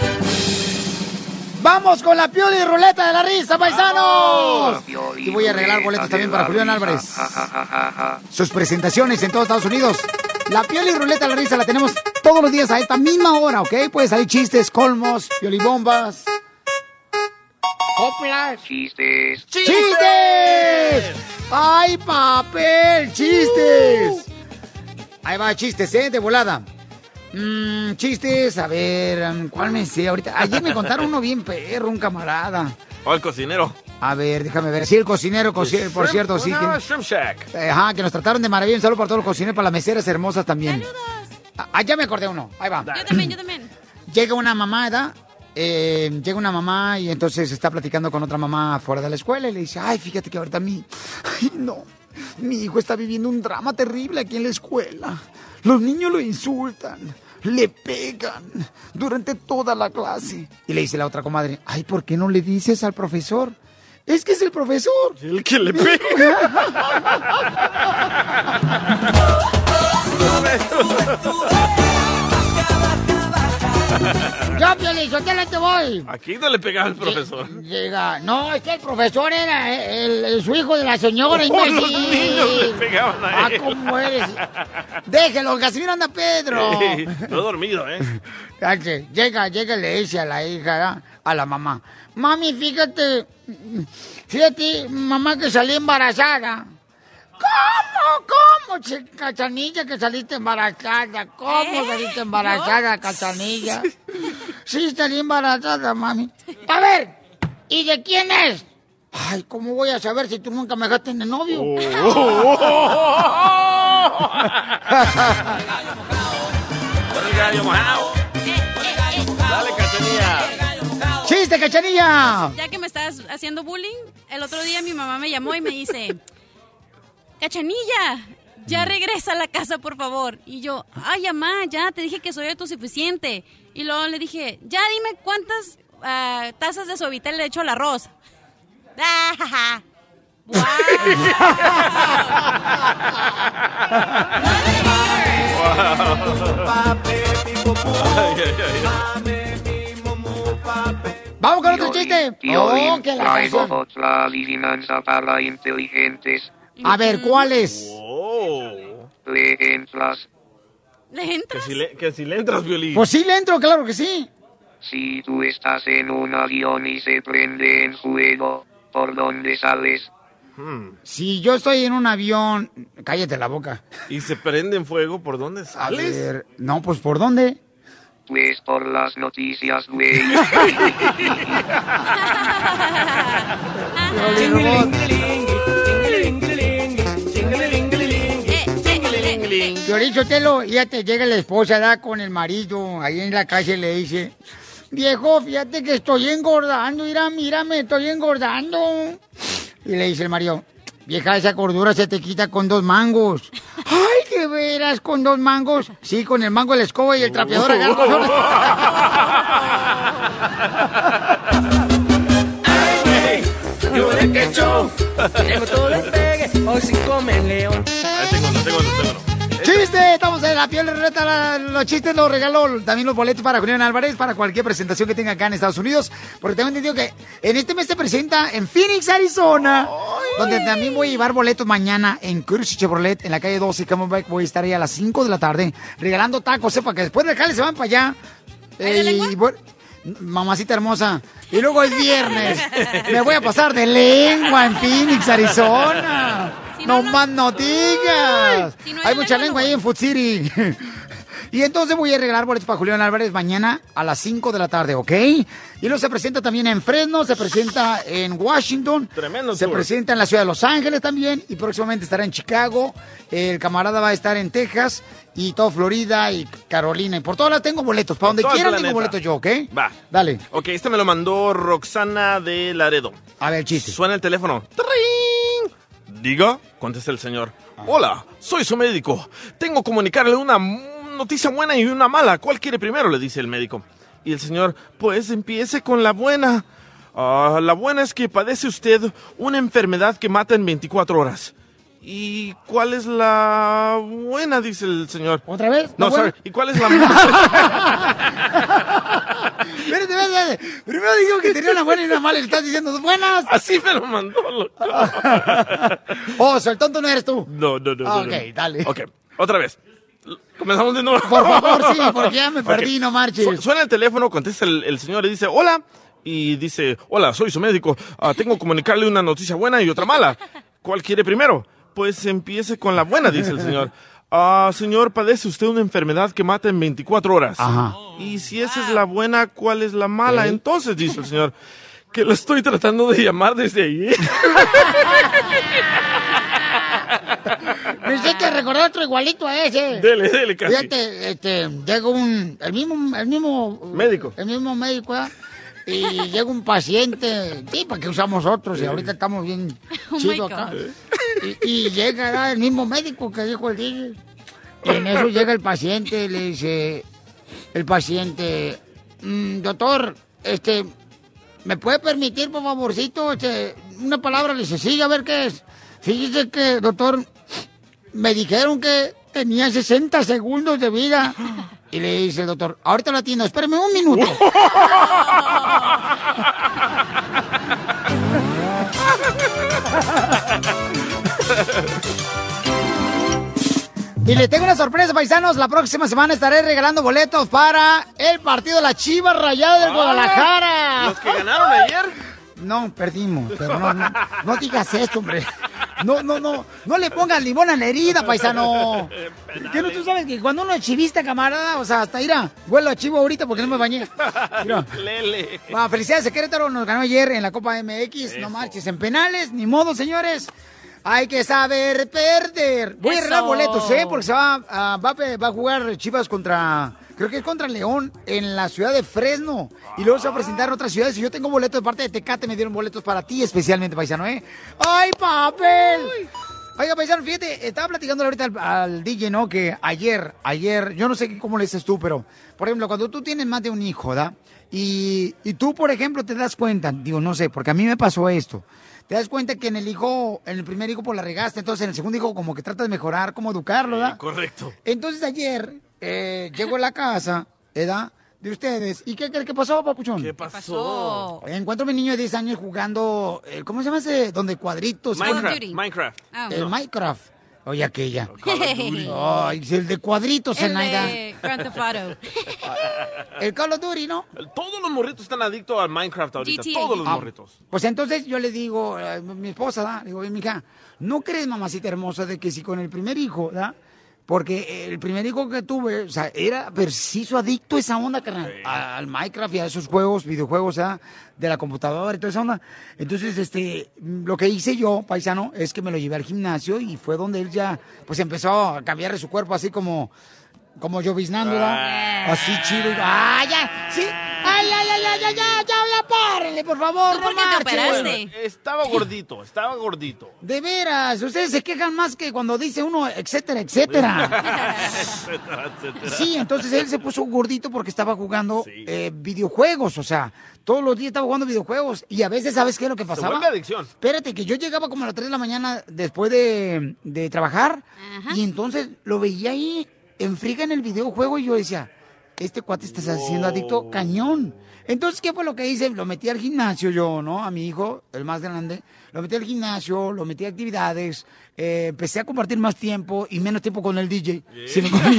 ¡Vamos con la Pioli Ruleta de la Risa, paisanos! Y voy a regalar boletos también para Julián Álvarez. Sus presentaciones en todos Estados Unidos. La Pioli Ruleta de la Risa la tenemos todos los días a esta misma hora, ¿ok? Puede salir chistes, colmos, piolibombas. ¡Coplas! ¡Chistes! ¡Chistes! ¡Ay, papel! ¡Chistes! Ahí va, chistes, ¿eh? De volada. Mmm, chistes, a ver, ¿cuál me sé ahorita? Ayer me contaron uno bien perro, un camarada. O el cocinero. A ver, déjame ver. Sí, el cocinero, coci- por cierto, sí. No, Que, Shrimp Shack. ajá, que nos trataron de maravilla. Un saludo para todos los cocineros, para las meseras hermosas también. Ah, ah, ya me acordé uno. Ahí va. Yo también, yo también. Llega una mamá, ¿verdad? Eh, llega una mamá y entonces está platicando con otra mamá fuera de la escuela y le dice, ay, fíjate que ahorita mi... Ay, no, mi hijo está viviendo un drama terrible aquí en la escuela. Los niños lo insultan, le pegan durante toda la clase. Y le dice la otra comadre, ay, ¿por qué no le dices al profesor? Es que es el profesor. El que le pega. Yo, Piolín, yo te la te voy. Aquí no le pegaba el profesor. Llega, no, es que el profesor era el, el- su hijo de la señora, Oh, imbécil. los niños le pegaban a Ah, él. ¿cómo eres? Déjelo, Casimiro anda Pedro. Ey, no he dormido, ¿eh? Cache, Llega, llega y le dice a la hija, ¿verdad? A la mamá. Mami, fíjate, fíjate, mamá, que salí embarazada. ¿Cómo? ¿Cómo, che- Cachanilla, que saliste embarazada? ¿Cómo saliste embarazada, Cachanilla? Sí, salí embarazada, mami. A ver, ¿y de quién es? Ay, ¿cómo voy a saber si tú nunca me dejaste de novio? El gallo mojado. Dale, Cachanilla. ¡Chiste, Cachanilla! Ya que me estás haciendo bullying, el otro día mi mamá me llamó y me dice, Cachanilla, ya regresa a la casa, por favor. Y yo, ay, mamá, ya te dije que soy autosuficiente. Y luego le dije, ya dime cuántas ah, tazas de suavitel le echo al arroz. Ah, ¡Wow! Vamos con otro chiste. Piolín, Oh, que la traigo canción. otra adivinanza para inteligentes. A ver, ¿cuál es? Le entras. ¿Le Que si le, que si le entras, Violín. Pues sí le entro, claro que sí. Si tú estás en un avión y se prende en fuego, ¿por dónde sales? Si yo estoy en un avión... Cállate la boca. Y se prende en fuego, ¿por dónde A sales? ver, no, pues ¿por dónde? Pues por las noticias, güey. Piolín Sotelo, fíjate, llega la esposa, da con el marido, ahí en la calle le dice, viejo, fíjate que estoy engordando, mira, mírame, estoy engordando. Y le dice el marido, vieja, esa cordura se te quita con dos mangos. Ay, ¿de veras, con dos mangos? Sí, con el mango de la escoba y el trapeador agarra. Yo de que show, tengo todo el pegue, hoy sin comer león. Ahí tengo uno, tengo uno, tengo uno. ¡Chiste! Estamos en la piel de reta. La, los chistes los regaló también los boletos para Julián Álvarez para cualquier presentación que tenga acá en Estados Unidos. Porque tengo entendido que en este mes se presenta en Phoenix, Arizona. ¡Ay! Donde también voy a llevar boletos mañana en Curtis Chevrolet, en la calle doce, Camelback. Voy a estar ahí a las cinco de la tarde regalando tacos, sepa que después del jale se van para allá. Eh, y bueno, mamacita hermosa. Y luego el viernes me voy a pasar de lengua en Phoenix, Arizona. Si no, no, no. más no digas. Si no, hay yo mucha no lengua voy. ahí en Food City. Y entonces voy a regalar boletos para Julián Álvarez mañana a las cinco de la tarde, ¿ok? Y luego se presenta también en Fresno, se presenta en Washington. Tremendo Se tour. presenta en la ciudad de Los Ángeles también. Y próximamente estará en Chicago. El camarada va a estar en Texas. Y todo Florida y Carolina. Y por todas las tengo boletos. Para donde Todo el quieran tengo planeta. boletos yo, ¿ok? Va. Dale. Ok, este me lo mandó Roxana de Laredo. A ver, chiste. Suena el teléfono. ¡Tring! Diga, contesta el señor. Hola, soy su médico. Tengo que comunicarle una noticia buena y una mala. ¿Cuál quiere primero? Le dice el médico. Y el señor, pues empiece con la buena. Ah, la buena es que padece usted una enfermedad que mata en veinticuatro horas. ¿Y cuál es la buena? Dice el señor. ¿Otra vez? No, buena? sorry. ¿Y cuál es la mala? Espérate, espérate. Primero dijo que tenía una buena y una mala y le estás diciendo buenas. Así me lo mandó, loco. Oh, so el tonto no eres tú. No, no, no. Ah, no, ok, no. dale. Ok, otra vez. Comenzamos de nuevo. Por favor, sí, porque ya me perdí, Ok. no marches. Su- suena el teléfono, contesta el, el señor y dice, hola. Y dice, hola, soy su médico. Ah, tengo que comunicarle una noticia buena y otra mala. ¿Cuál quiere primero? Pues empiece con la buena, dice el señor. Ah, señor, padece usted una enfermedad que mata en veinticuatro horas. Ajá. Y si esa es la buena, ¿cuál es la mala? Entonces, dice el señor, que lo estoy tratando de llamar desde ahí. Pensé que recordar otro igualito a ese. Dele, dele, casi. Fíjate, este, llega un, el mismo, el mismo... Médico. El mismo médico, ¿eh? Y llega un paciente, sí, para que usamos otros, y ahorita estamos bien Oh, chido my acá. God. Y, y llega ¿verdad? El mismo médico que dijo el D J. Y en eso llega el paciente y le dice, el paciente, "Mm, doctor, este, ¿me puede permitir, por favorcito, este, una palabra? Le dice, sí, a ver qué es. Fíjese que, doctor, me dijeron que tenía sesenta segundos de vida. Y le dice el doctor, ahorita lo atiendo, espérame un minuto. Y les tengo una sorpresa, paisanos. La próxima semana estaré regalando boletos para el partido de la Chivas Rayadas del Ah, Guadalajara. ¿Los que ganaron ayer? No, perdimos, pero no, no, no digas esto, hombre. No, no, no, no le pongas limón a la herida, paisano. ¿Qué no tú sabes que cuando uno es chivista, camarada, o sea, hasta irá, huelo a chivo ahorita porque no me bañé. Mira. Lele. Ah, felicidades, Querétaro nos ganó ayer en la Copa M X, no marches, en penales, ni modo, señores. Hay que saber perder. Voy a Eso. arreglar boletos, ¿eh? Porque se va, a- va, a- va a jugar Chivas contra, creo que es contra León, en la ciudad de Fresno. Y luego se va a presentar en otras ciudades. Y yo tengo boletos de parte de Tecate, me dieron boletos para ti especialmente, paisano, ¿eh? ¡Ay, papel! Oiga, paisano, fíjate, estaba platicando ahorita al, al D J, ¿no? Que ayer, ayer, yo no sé cómo le dices tú, pero, por ejemplo, cuando tú tienes más de un hijo, ¿verdad? Y, y tú, por ejemplo, te das cuenta, digo, no sé, porque a mí me pasó esto. Te das cuenta que en el hijo, en el primer hijo, pues la regaste, entonces en el segundo hijo como que tratas de mejorar, cómo educarlo, ¿verdad? Correcto. Entonces ayer eh, llego a la casa, ¿verdad? De ustedes. ¿Y qué crees que pasó, papuchón? ¿Qué pasó? Encuentro a mi niño de diez años jugando, el- ¿cómo se llama ese? Donde cuadritos. Minecraft. Duty. Minecraft. Ah. El Minecraft. Oye, aquella. Call of Duty. Ay, el de cuadritos, El Zenaida. de Grand Theft Auto. El Call of Duty, ¿no? Todos los morritos están adictos al Minecraft ahorita. G T A. Todos los Ah, morritos. Pues entonces yo le digo, a mi esposa, ¿da? Le digo, mi hija, ¿no crees, mamacita hermosa, de que si con el primer hijo, ¿da? Porque el primer hijo que tuve, o sea, era preciso adicto a esa onda, carnal, a- al Minecraft y a esos juegos, videojuegos, ¿da? De la computadora y toda esa onda. Entonces, este, lo que hice yo, paisano, es que me lo llevé al gimnasio y fue donde él ya, pues empezó a cambiar de su cuerpo así como, como lloviznando, ¿da? Así chido. ¡Ah, ya! ¡Sí! ¡Ay, ay, ay, ay, ay, ya, ya, ya, párenle, por favor! ¿Tú no por qué te marchen! operaste? Estaba gordito, estaba gordito. De veras, ustedes se quejan más que cuando dice uno, etcétera, etcétera. Etcétera, etcétera. Sí, entonces él se puso gordito porque estaba jugando Sí. eh, videojuegos, o sea, todos los días estaba jugando videojuegos y a veces, ¿sabes qué es lo que Se pasaba? vuelve adicción. Espérate, que yo llegaba como a las tres de la mañana después de, de trabajar Ajá. y entonces lo veía ahí en friga en el videojuego y yo decía, este cuate está haciendo adicto cañón. Entonces, ¿qué fue lo que hice? Lo metí al gimnasio yo, ¿no? A mi hijo, el más grande. Lo metí al gimnasio, lo metí a actividades. eh, empecé a compartir más tiempo y menos tiempo con el D J. sino con-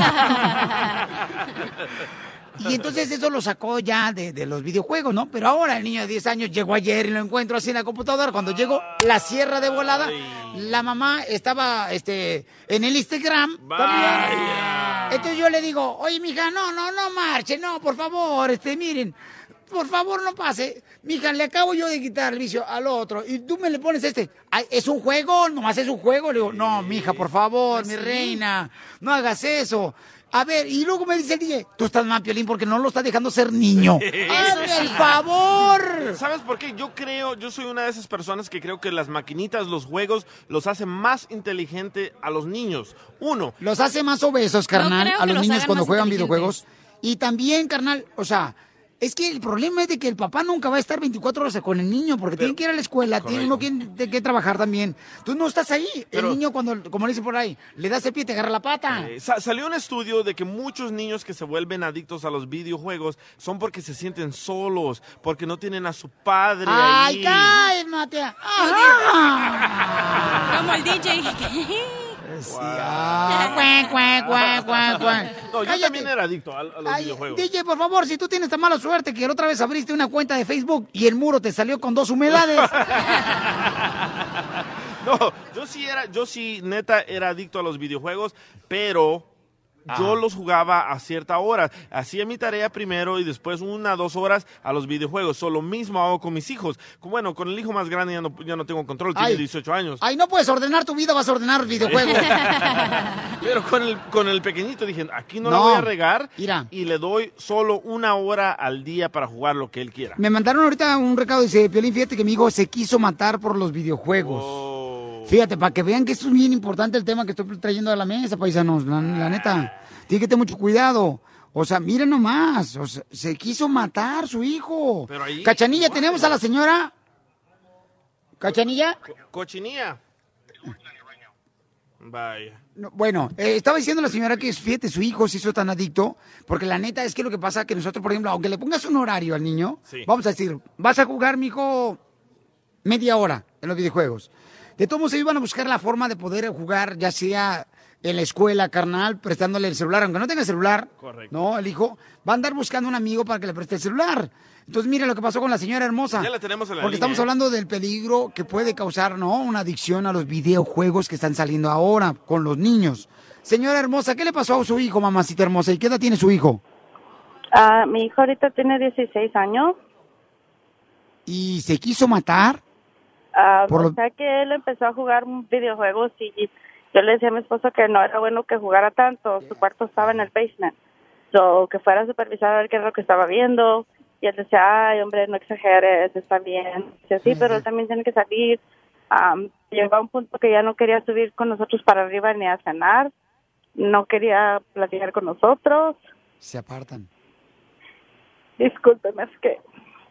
Y entonces eso lo sacó ya de, de los videojuegos, ¿no? Pero ahora el niño de diez años llegó ayer y lo encuentro así en la computadora. Cuando llego, la cierra de volada. La mamá estaba este, en el Instagram. Vaya. También. Entonces yo le digo, oye, mija, no, no, no marche, no, por favor, este, miren, por favor, no pase. Mija, le acabo yo de quitar el vicio al otro y tú me le pones este. Ay, ¿es un juego? Nomás es un juego. Le digo, no, mija, por favor, Pues mi sí. reina, no hagas eso. A ver, y luego me dice el D J, tú estás mal, Piolín, porque no lo estás dejando ser niño. ¡Hazme el favor! ¿Sabes por qué? Yo creo, yo soy una de esas personas que creo que las maquinitas, los juegos, los hacen más inteligente a los niños. Uno. Los hace más obesos, carnal, creo a que los los niños hagan cuando más juegan inteligentes. videojuegos. Y también, carnal, o sea, es que el problema es de que el papá nunca va a estar veinticuatro horas con el niño, porque tiene que ir a la escuela, tiene uno que, tiene que trabajar también. Tú no estás ahí. Pero- el niño, cuando, como le dicen por ahí, le das el pie y te agarra la pata. Eh, sa- salió un estudio de que muchos niños que se vuelven adictos a los videojuegos son porque se sienten solos, porque no tienen a su padre ¡Ay, ahí. cállate! ¡Ajá! Como el D J. Sí, ah, cuac, cuac, cuac, cuac, cuac. No, yo Cállate. también era adicto a, a los Ay, videojuegos. D J, por favor, si tú tienes tan mala suerte que la otra vez abriste una cuenta de Facebook y el muro te salió con dos humedades. No, yo sí era, yo sí neta era adicto a los videojuegos, pero yo los jugaba a cierta hora. Hacía mi tarea primero y después una, dos horas a los videojuegos. So, lo mismo hago con mis hijos. Bueno, con el hijo más grande ya no, ya no tengo control, tiene Ay. dieciocho años. Ay, no puedes ordenar tu vida, vas a ordenar videojuegos. Pero con el, con el pequeñito dije, aquí no, la No, voy a regar. mira. Y le doy solo una hora al día para jugar lo que él quiera. Me mandaron ahorita un recado, dice, Piolín, fíjate que mi hijo se quiso matar por los videojuegos. Fíjate, para que vean que esto es bien importante el tema que estoy trayendo a la mesa, paisanos, la, la neta. Tiene que tener mucho cuidado. O sea, miren nomás, o sea, se quiso matar su hijo. Pero ahí- Cachanilla, tenemos a la señora. ¿Cachanilla? Co- cochinilla. Vaya. No, bueno, eh, estaba diciendo la señora que, fíjate, su hijo se hizo tan adicto, porque la neta es que lo que pasa es que nosotros, por ejemplo, aunque le pongas un horario al niño, Sí. vamos a decir, vas a jugar, mijo, media hora en los videojuegos. De todos modos, ellos van a buscar la forma de poder jugar, ya sea en la escuela, carnal, prestándole el celular, aunque no tenga celular, Correcto. ¿no? El hijo va a andar buscando un amigo para que le preste el celular. Entonces, mire lo que pasó con la señora hermosa. Ya la tenemos en la Porque línea, estamos ¿eh? hablando del peligro que puede causar, ¿no? Una adicción a los videojuegos que están saliendo ahora con los niños. Señora hermosa, ¿qué le pasó a su hijo, mamacita hermosa? ¿Y qué edad tiene su hijo? Ah, mi hijo ahorita tiene dieciséis años. ¿Y se quiso matar? Ah, Por o lo- sea que él empezó a jugar videojuegos y yo le decía a mi esposo que no era bueno que jugara tanto. Su cuarto estaba en el basement. So, que fuera a supervisar a ver qué era lo que estaba viendo. Y él decía, ay, hombre, no exageres, está bien. Dice, sí, pero él también tiene que salir. Um, llegó a un punto que ya no quería subir con nosotros para arriba ni a cenar. No quería platicar con nosotros. Se apartan. Discúlpeme, es que...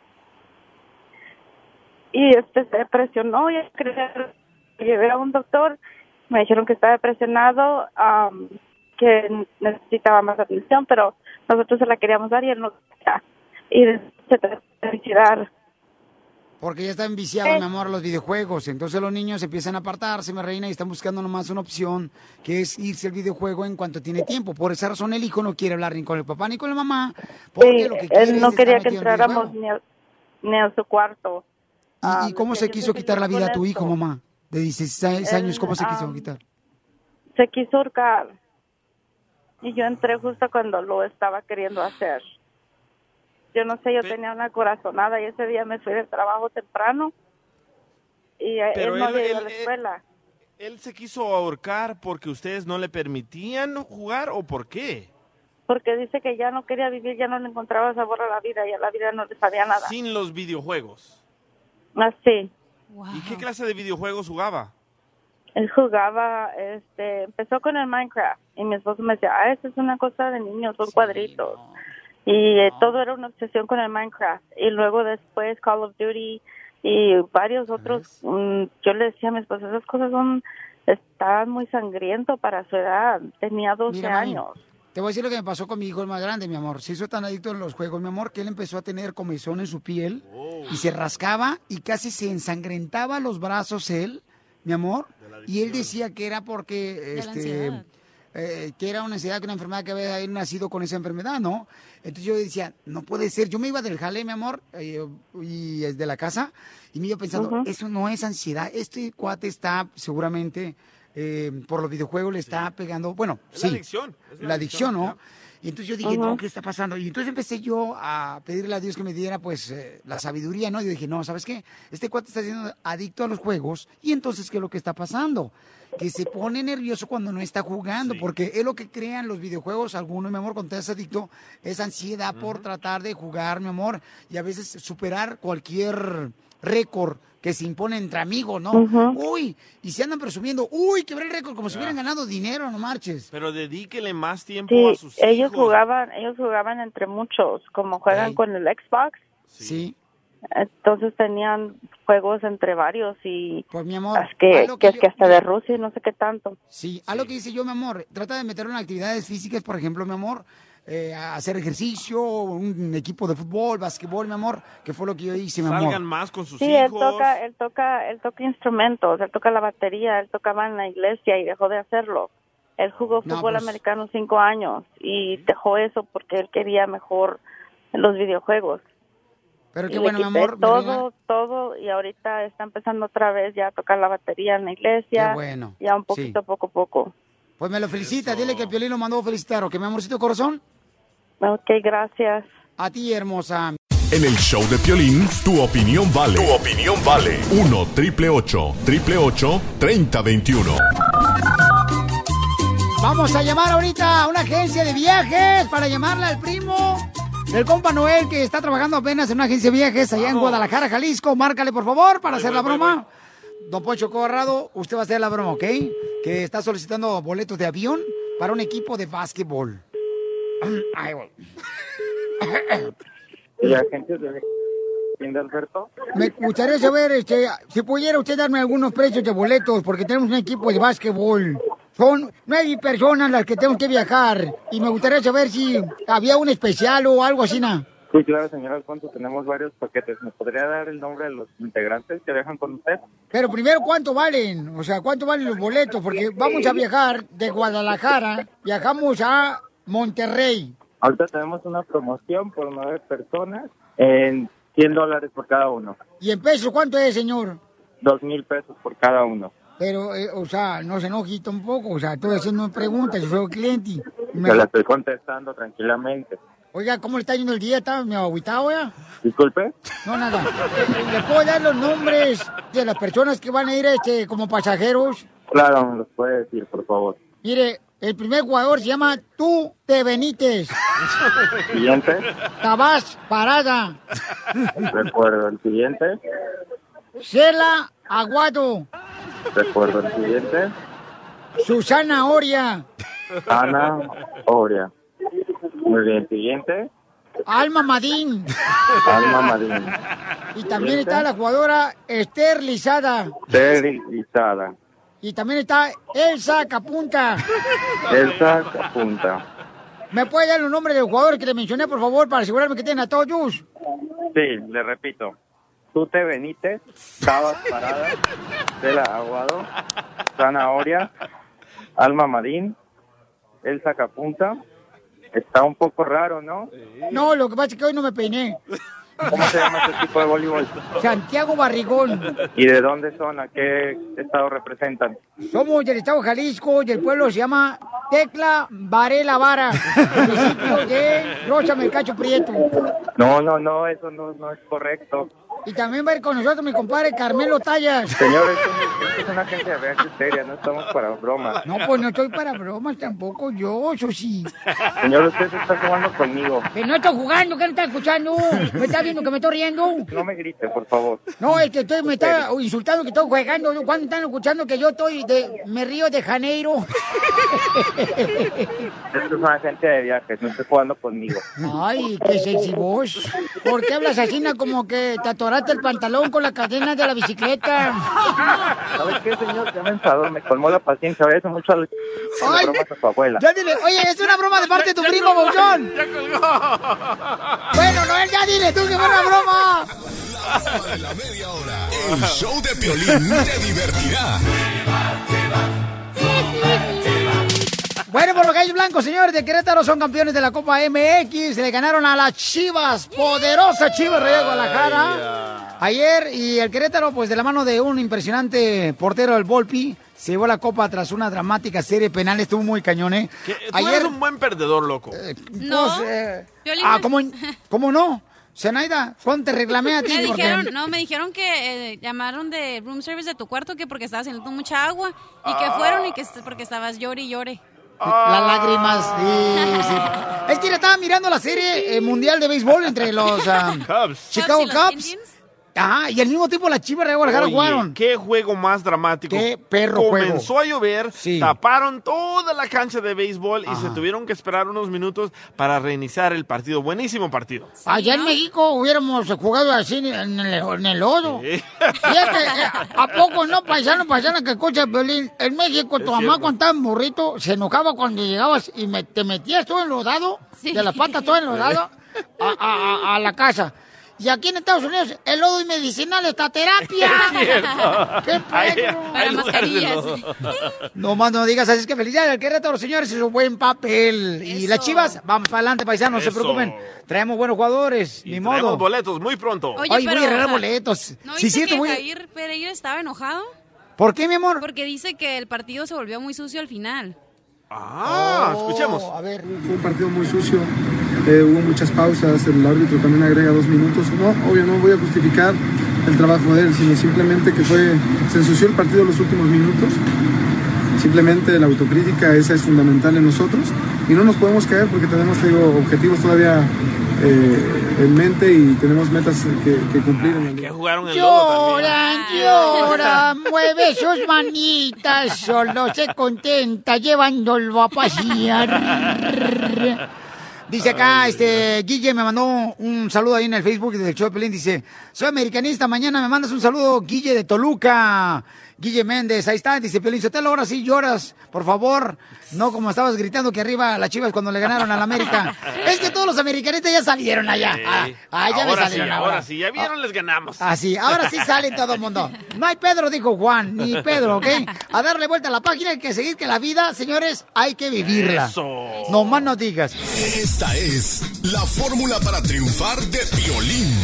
Y este se depresionó, y llevé a un doctor, me dijeron que estaba depresionado, am, que necesitaba más atención, pero nosotros se la queríamos dar y él no quería. Y se trató de suicidar. Porque ya están viciados, mi amor, a los videojuegos. Entonces los niños empiezan a apartarse, mi reina, y están buscando nomás una opción, que es irse al videojuego en cuanto tiene tiempo. Por esa razón el hijo no quiere hablar ni con el papá ni con la mamá, porque Sí, lo que quiere él no es quería estar que metido en el entráramos videojuego. ni a, ni a su cuarto. ¿Y, Ah, y cómo decía, se yo quiso estoy quitar la feliz vida a con tu hijo, esto. mamá? De dieciséis Él, años, ¿cómo se quiso am, quitar? Se quiso ahorcar. Y yo entré justo cuando lo estaba queriendo hacer. Yo no sé, yo tenía una corazonada y ese día me fui del trabajo temprano y eh, Pero él no él- había ido a él- la él- escuela. ¿Él se quiso ahorcar porque ustedes no le permitían jugar o por qué? Porque dice que ya no quería vivir, ya no le encontraba sabor a la vida, ya la vida no le sabía nada. Sin los videojuegos. Así. ¿Y qué clase de videojuegos jugaba? Él jugaba, este, empezó con el Minecraft y mi esposo me decía, ah, eso es una cosa de niños, son cuadritos. Y eh, todo era una obsesión con el Minecraft. Y luego después Call of Duty y varios otros. mm, yo le decía a mi esposo, esas cosas son, estaban muy sangriento para su edad. Tenía doce Mira, mami, años. te voy a decir lo que me pasó con mi hijo el más grande, mi amor. Se hizo tan adicto en los juegos, mi amor, que él empezó a tener comezón en su piel y se rascaba y casi se ensangrentaba los brazos él, mi amor. Y él decía que era porque, De la este, ansiedad. eh, que era una ansiedad, que una enfermedad que había él nacido con esa enfermedad, ¿no? Entonces yo decía, no puede ser. Yo me iba del jale, mi amor, eh, y desde la casa, y me iba pensando, Ujú. eso no es ansiedad. Este cuate está seguramente eh, por los videojuegos le está pegando, bueno, Es sí. la adicción. es La adicción, ¿no? Y entonces yo dije, Ujú. no, ¿qué está pasando? Y entonces empecé yo a pedirle a Dios que me diera, pues, eh, la sabiduría, ¿no? Y yo dije, no, ¿sabes qué? Este cuate está siendo adicto a los juegos. Y entonces, ¿qué es lo que está pasando? Que se pone nervioso cuando no está jugando, porque es lo que crean los videojuegos. Algunos, mi amor, cuando te haces adicto, es ansiedad por tratar de jugar, mi amor, y a veces superar cualquier récord que se impone entre amigos, ¿no? Ujú. Uy, y se andan presumiendo, uy, quebré el récord, como si hubieran ganado dinero, no marches. Pero dedíquele más tiempo a Sí, sus ellos hijos. jugaban, ellos jugaban entre muchos, como juegan Ey. con el Xbox. Sí. Entonces tenían juegos entre varios y Pues mi amor, es que, haz lo que, que es yo- que hasta de Rusia y no sé qué tanto. Sí, a lo que dice yo, mi amor, trata de meterlo en actividades físicas, por ejemplo, mi amor, eh, a hacer ejercicio, un equipo de fútbol, básquetbol, mi amor, que fue lo que yo hice, mi amor. Salgan más con sus Sí, él hijos. toca, él toca, él toca instrumentos, él toca la batería, él tocaba en la iglesia y dejó de hacerlo. Él jugó No, fútbol pues- americano cinco años y dejó eso porque él quería mejor los videojuegos. Pero Y qué le bueno, mi quité amor. mi todo, reina. todo, y ahorita está empezando otra vez ya a tocar la batería en la iglesia. Qué bueno. Ya un poquito, Sí. poco a poco. Pues me lo felicita, dile que el Piolín lo mandó a felicitar, ¿ok, mi amorcito corazón? Ok, gracias. A ti, hermosa. En el show de Piolín, tu opinión vale. Tu opinión vale. uno triple ocho triple ocho treinta veintiuno. Vamos a llamar ahorita a una agencia de viajes para llamarle al primo del compa Noel, que está trabajando apenas en una agencia de viajes allá en Guadalajara, Jalisco. Márcale, por favor, para hacer la broma. Don Poncho Corrado, usted va a hacer la broma, ¿ok? Que está solicitando boletos de avión para un equipo de básquetbol. Ay, güey. ¿Y agencias de tienda Alberto? Me gustaría saber, este, si pudiera usted darme algunos precios de boletos, porque tenemos un equipo de básquetbol. Son nueve personas las que tenemos que viajar, y me gustaría saber si había un especial o algo así, ¿no? Sí, claro, señor Alfonso, tenemos varios paquetes. ¿Me podría dar el nombre de los integrantes que viajan con usted? Pero primero, ¿cuánto valen? O sea, ¿cuánto valen los boletos? Porque vamos a viajar de Guadalajara, viajamos a Monterrey. Ahorita tenemos una promoción por nueve personas en cien dólares por cada uno. ¿Y en pesos cuánto es, señor? Dos mil pesos por cada uno. Pero, eh, o sea, no se enojita un poco, o sea, estoy haciendo preguntas, yo soy cliente. Me- Se la estoy contestando tranquilamente. Oiga, ¿cómo le está yendo el día? ¿Está medio agüitado ya? Disculpe. No, nada. ¿Le puedo dar los nombres de las personas que van a ir este, como pasajeros? Claro, me los puede decir, por favor. Mire, el primer jugador se llama Tú Te Benítez. Siguiente. Tabás Parada. Recuerdo el siguiente. Cela Aguado. Recuerdo el siguiente. Susana Oria. Ana Oria. Muy bien, siguiente. Alma Madín. Alma Madín. Y también está la jugadora Esther Lizada. Sterilizada. Y también está Elsa Capunta. Elsa Capunta. ¿Me puede dar los nombres del jugador que le mencioné, por favor, para asegurarme que tienen a todos? Sí, le repito. Tute Benítez, Tabas Parada, Cela Aguado, Zanahoria, Alma Madín, Elsa Capunta. Está un poco raro, ¿no? No, lo que pasa es que hoy no me peiné. ¿Cómo se llama este tipo de voleibol? Santiago Barrigón. ¿Y de dónde son? ¿A qué estado representan? Somos del estado de Jalisco y el pueblo se llama Tecla Varela Vara, municipio de Rosa Mercacho Prieto. No, no, no, eso no, no es correcto. Y también va a ir con nosotros mi compadre Carmelo Tallas. Señores, esto es una agencia de viajes seria, no estamos para bromas. No, pues no estoy para bromas tampoco yo, eso sí. Señor, usted se está jugando conmigo. Que no estoy jugando, que no está escuchando. ¿Me está viendo que me estoy riendo? No me grite, por favor. No, es que estoy, me está insultando que estoy jugando. ¿Cuándo están escuchando que yo estoy de, me río de Janeiro? Esto es una agencia de viajes, no estoy jugando conmigo. Ay, qué sexy voz. ¿Por qué hablas así, na, como que te atoraste el pantalón con la cadena de la bicicleta? ¿Sabes qué, señor? Ya me enfadó, me colmó la paciencia. Voy a hacer mucho las Ay, bromas a su abuela. Ya dile, oye, es una broma de parte de tu primo, Bouchón. ¡Ya colgó! Bueno, Noel, ya dile tú que fue una broma. De la media hora. El show de Piolín te divertirá. Bueno, por los gallos blancos, señores de Querétaro, son campeones de la Copa M X. Le ganaron a las Chivas, poderosas Chivas Rey de Guadalajara. Ayer, y el Querétaro, pues de la mano de un impresionante portero, el Volpi, se llevó la copa tras una dramática serie penal. Estuvo muy cañón, ¿eh? Que, tú eres un buen perdedor, loco. Eh, No. pues, eh, Piolín, ah, me- ¿cómo, ¿cómo no? Zenaida, ¿cuándo te reclamé a ti? Me Porque- dijeron, no, me dijeron que eh, llamaron de room service de tu cuarto que porque estabas haciendo mucha agua y que fueron y que est- porque estabas llore y llore. Las lágrimas, sí, sí. Es que le estaba mirando la serie eh, mundial de béisbol entre los ah, Cubs. Chicago Cubs y los Cubs. Ajá, y al mismo tiempo las Chivas de Guadalajara Oye, jugaron. qué juego más dramático. Qué perro Comenzó juego. a llover, Sí. taparon toda la cancha de béisbol y Ajá. se tuvieron que esperar unos minutos para reiniciar el partido. Buenísimo partido. Allá en México hubiéramos jugado así en el, en el lodo. Sí. Fíjate, eh, ¿a poco no, paisano, paisana que escucha Piolín? En México, tu Es mamá cierto. cuando estaba morrito se enojaba cuando llegabas y me- te metías todo enlodado, de las patas todo enlodado, a, a, a, a la casa. Y aquí en Estados Unidos, el lodo es medicinal, está terapia. ¡Qué Hay- perro! hay lugares de lodo. No más no digas así, es que felicidades al que reta a los señores, es un buen papel. Y las Chivas, vamos para adelante, paisanos, no se Eso. preocupen. Traemos buenos jugadores, ni Traemos modo. boletos muy pronto. Oye, Ay, voy pero, a arreglar o sea, boletos. ¿No Sí, viste cierto, que voy a- Jair Pereira estaba enojado? ¿Por qué, mi amor? Porque dice que el partido se volvió muy sucio al final. Ah, Oh, escuchemos. A ver. Fue un partido muy sucio, eh, hubo muchas pausas, el árbitro también agrega dos minutos. No, obvio, no voy a justificar el trabajo de él, sino simplemente que fue, se ensució el partido en los últimos minutos. Simplemente la autocrítica, esa es fundamental en nosotros y no nos podemos caer porque tenemos, te digo, objetivos todavía eh, en mente y tenemos metas que, que cumplir en la liga. Que jugaron el lodo también. Lloran, lloran, mueve sus manitas, solo se contenta llevándolo a pasear. Dice acá, este, Guille me mandó un saludo ahí en el Facebook del show de Pelín, dice, soy americanista, mañana me mandas un saludo, Guille de Toluca. Guille Méndez, ahí está, dice Pelín, Sotelo, ahora sí lloras, por favor, no como estabas gritando que arriba las Chivas cuando le ganaron a la América. Es que todos los americanistas ya salieron allá. Ah, ah, ya me ahora sí, salieron ahora sí, ya vieron, les ganamos. Así, ahora sí sale todo el mundo. No hay Pedro, dijo Juan, ni Pedro, ¿ok? A darle vuelta a la página, hay que seguir que la vida, señores, hay que vivirla. Eso. No más no digas. Esta es la fórmula para triunfar de Piolín.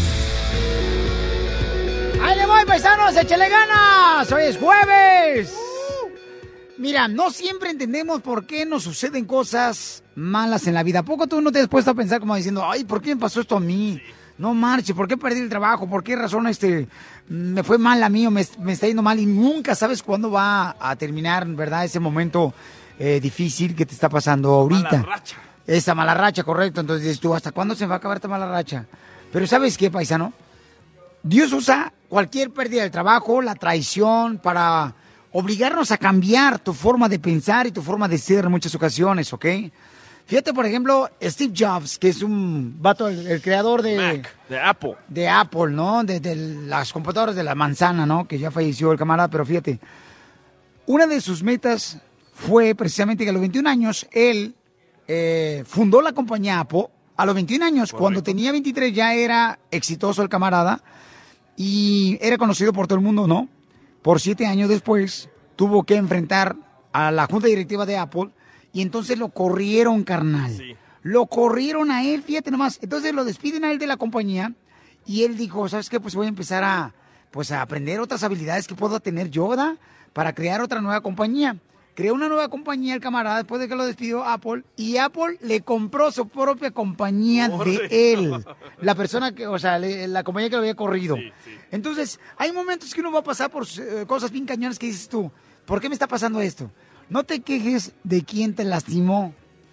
¡Ahí le voy, paisanos! ¡Échale ganas! ¡Hoy es jueves! Mira, no siempre entendemos por qué nos suceden cosas malas en la vida. ¿A poco tú no te has puesto a pensar como diciendo, ay, ¿por qué me pasó esto a mí? No marche, ¿por qué perdí el trabajo? ¿Por qué razón este me fue mal a mí o me, me está yendo mal? Y nunca sabes cuándo va a terminar, ¿verdad? Ese momento eh, difícil que te está pasando ahorita. Mala racha. Esa mala racha, correcto. Entonces dices tú, ¿hasta cuándo se va a acabar esta mala racha? Pero ¿sabes qué, paisano? Dios usa cualquier pérdida del trabajo, la traición, para obligarnos a cambiar tu forma de pensar y tu forma de ser en muchas ocasiones, ¿ok? Fíjate, por ejemplo, Steve Jobs, que es un vato, el, el creador de... Mac, de Apple. De Apple, ¿no? De, de las computadoras de la manzana, ¿no? Que ya falleció el camarada, pero fíjate. Una de sus metas fue precisamente que a los veintiún años, él eh, fundó la compañía Apple. A los veintiún años, Correcto. cuando tenía veintitrés, ya era exitoso el camarada. Y era conocido por todo el mundo, ¿no? Por siete años después, tuvo que enfrentar a la junta directiva de Apple y entonces lo corrieron, carnal. Sí. Lo corrieron a él, fíjate nomás. Entonces lo despiden a él de la compañía y él dijo, ¿sabes qué? Pues voy a empezar a, pues a aprender otras habilidades que puedo tener yo, ¿verdad? Para crear otra nueva compañía. Creó una nueva compañía el camarada después de que lo despidió Apple y Apple le compró su propia compañía de él. La persona que, o sea, le- la compañía que lo había corrido. Entonces, hay momentos que uno va a pasar por eh, cosas bien cañonas que dices tú, ¿por qué me está pasando esto? No te quejes de quién te lastimó,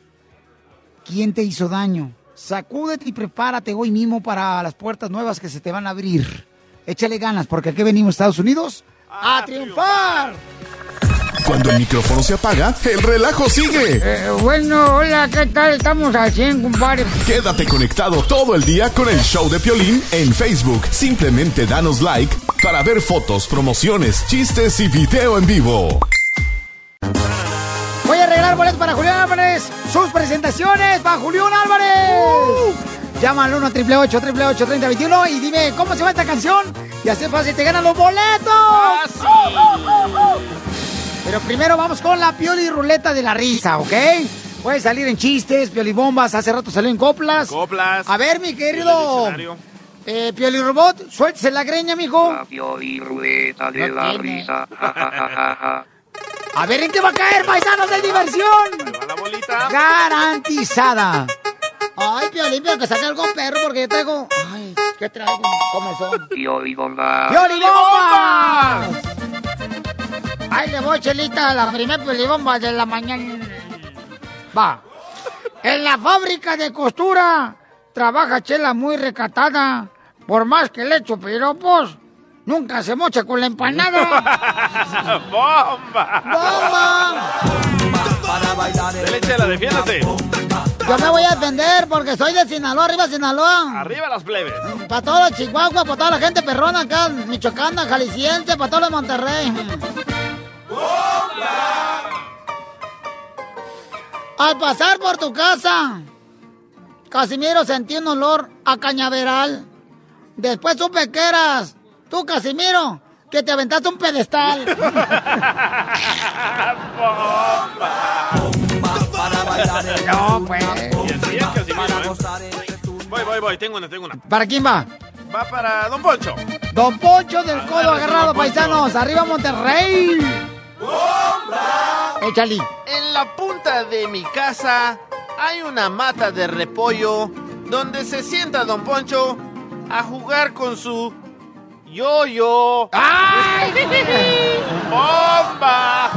quién te hizo daño. Sacúdete y prepárate hoy mismo para las puertas nuevas que se te van a abrir. Échale ganas, porque aquí venimos, Estados Unidos, a, triunfar. Cuando el micrófono se apaga, el relajo sigue. Eh, bueno, hola, ¿qué tal? Estamos haciendo, compadre. Quédate conectado todo el día con el show de Piolín en Facebook. Simplemente danos like para ver fotos, promociones, chistes y video en vivo. Voy a regalar boletos para Julián Álvarez. Sus presentaciones para Julián Álvarez. Llama al uno, triple ocho, triple ocho, treinta veintiuno y dime cómo se va esta canción. Y así fácil, te ganan los boletos. ¡Uh, uh, uh, uh! Pero primero vamos con la Pioli Ruleta de la Risa, ¿ok? Puede salir en chistes, piolibombas. Hace rato salió en coplas. Coplas. A ver, mi querido eh, Pioli Robot, suéltese la greña, mijo. La Pioli Ruleta de No la tiene. risa. Ja, ja, ja, ja, ja. A ver, ¿en qué va a caer, paisanos de diversión? Va la bolita. Garantizada. Ay, Piolín, pero que saque algo perro porque yo traigo... Ay, ¿qué traigo? Comezón. Piolibomba. ¡Piolibomba! Ay, le voy, Chelita, a la primera piolibomba de la mañana. Va. En la fábrica de costura trabaja Chela muy recatada. Por más que le echo piropos, nunca se mocha con la empanada. ¡Bomba! ¡Bomba! Dele, Chela, defiéndase. Yo me voy a defender porque soy de Sinaloa, arriba Sinaloa. Arriba las plebes. Para todos los Chihuahua, para toda la gente perrona acá, michoacana, jalisciense, para todos los Monterrey. Al pasar por tu casa, Casimiro, sentí un olor a cañaveral. Después supe que eras tú, Casimiro, que te aventaste un pedestal. No, pues. Y así es, Casimiro, ¿eh? Voy, voy, voy, tengo una, tengo una. ¿Para quién va? Va para Don Poncho. Don Poncho del codo agarrado, paisanos. Arriba Monterrey. Échale. En la punta de mi casa hay una mata de repollo donde se sienta Don Poncho a jugar con su yo-yo. ¡Ay! ¡Bomba!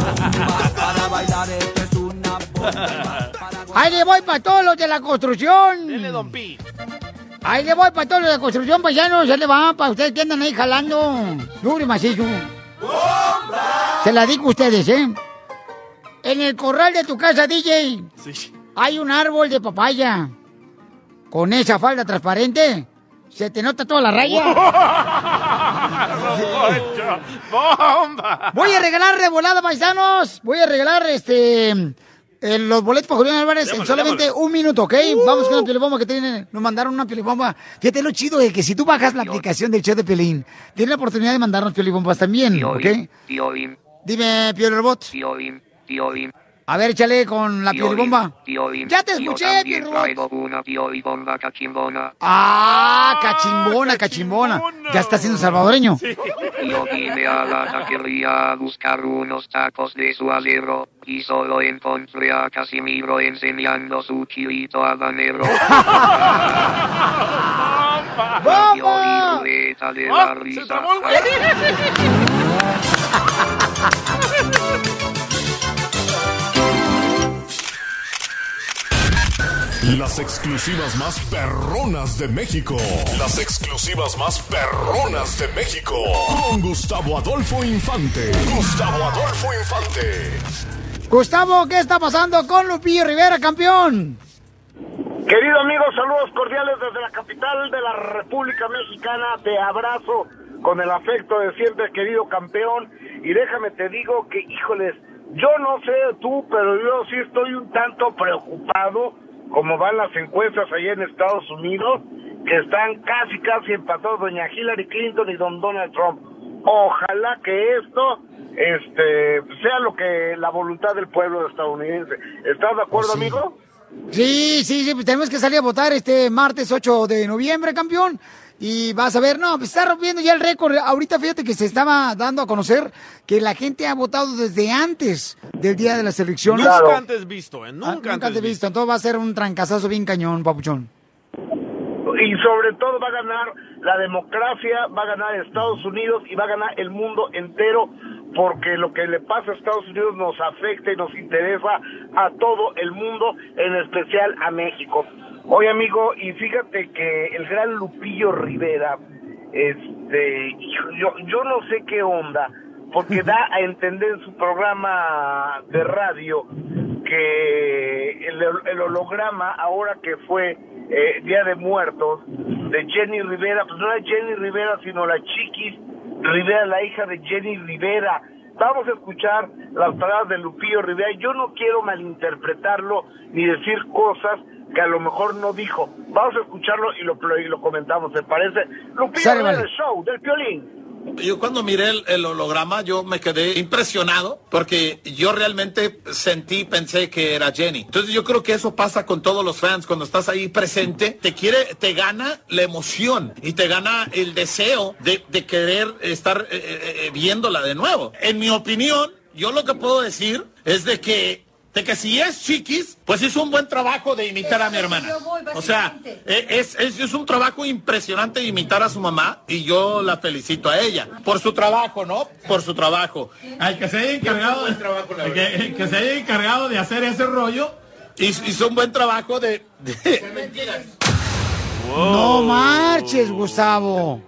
Ahí le voy para todos los de la construcción. Dele, Don Pi. Ahí le voy para todos los de la construcción, paisanos. Ya le va para ustedes que andan ahí jalando. Duro y macizo. Se la digo a ustedes, ¿eh? En el corral de tu casa, D J, sí, hay un árbol de papaya. Con esa falda transparente, se te nota toda la raya. ¡Bomba! Voy a regalar de volada, paisanos. Voy a regalar este eh, los boletos para Julián Álvarez démosle, en solamente démosle. un minuto, ¿ok? Uh. Vamos con la piolibomba que tienen. Nos mandaron una piolibomba. Fíjate lo chido de que si tú bajas la aplicación del show de Piolín, tienes la oportunidad de mandarnos piolibombas también, ¿ok? Piolín, Dime, Piolirobot. Piolín, Piolín. A ver, échale con la piolibomba. Piolín, Ya te yo escuché, también Piolirobot. traigo una piolibomba cachimbona. Ah, cachimbona, cachimbona. Ya está siendo salvadoreño. Yo vine a la taquería a buscar unos tacos de suadero y solo encontré a Casimiro enseñando su chilito habanero. ¡Bomba! Yo vi ruleta de la risa. Las exclusivas más perronas de México. Las exclusivas más perronas de México. Con Gustavo Adolfo Infante. Gustavo Adolfo Infante. Gustavo, ¿qué está pasando con Lupillo Rivera, campeón? Querido amigo, saludos cordiales desde la capital de la República Mexicana. Te abrazo con el afecto de siempre, querido campeón. Y déjame te digo que, híjoles, yo no sé tú, pero yo sí estoy un tanto preocupado como van las encuestas allá en Estados Unidos, que están casi, casi empatados doña Hillary Clinton y don Donald Trump. Ojalá que esto este sea lo que la voluntad del pueblo estadounidense. ¿Estás de acuerdo, sí. amigo? Sí, sí, sí, tenemos que salir a votar este martes ocho de noviembre, campeón. Y vas a ver, no, pues está rompiendo ya el récord. Ahorita fíjate que se estaba dando a conocer que la gente ha votado desde antes del día de las elecciones. Nunca Claro. antes visto, ¿eh? Nunca, Ah, nunca antes antes visto. visto. Entonces va a ser un trancazazo bien cañón, papuchón. Y sobre todo va a ganar la democracia, va a ganar Estados Unidos y va a ganar el mundo entero, porque lo que le pasa a Estados Unidos nos afecta y nos interesa a todo el mundo, en especial a México. Oye, amigo, y fíjate que el gran Lupillo Rivera, este, yo, yo no sé qué onda, porque da a entender en su programa de radio que el, el holograma, ahora que fue eh, Día de Muertos, de Jenny Rivera, pues no era Jenny Rivera, sino la Chiquis Rivera, la hija de Jenny Rivera. Vamos a escuchar las palabras de Lupillo Rivera. Yo no quiero malinterpretarlo ni decir cosas que a lo mejor no dijo. Vamos a escucharlo y lo, y lo comentamos, ¿te parece? Lupillo Sale, Rivera, vale. el show del Piolín. Yo cuando miré el, el holograma, yo me quedé impresionado porque yo realmente sentí, pensé que era Jenny. Entonces yo creo que eso pasa con todos los fans. Cuando estás ahí presente, te quiere, te gana la emoción y te gana el deseo de, de querer estar eh, eh, viéndola de nuevo. En mi opinión, yo lo que puedo decir es de que, de que si es Chiquis, pues hizo un buen trabajo de imitar a mi hermana. O sea, es, es, es un trabajo impresionante de imitar a su mamá y yo la felicito a ella por su trabajo, ¿no? Por su trabajo. Al que se haya encargado, de, el que, que se haya encargado de hacer ese rollo, hizo, hizo un buen trabajo de... de... ¿Qué mentiras? Wow. No marches, Gustavo.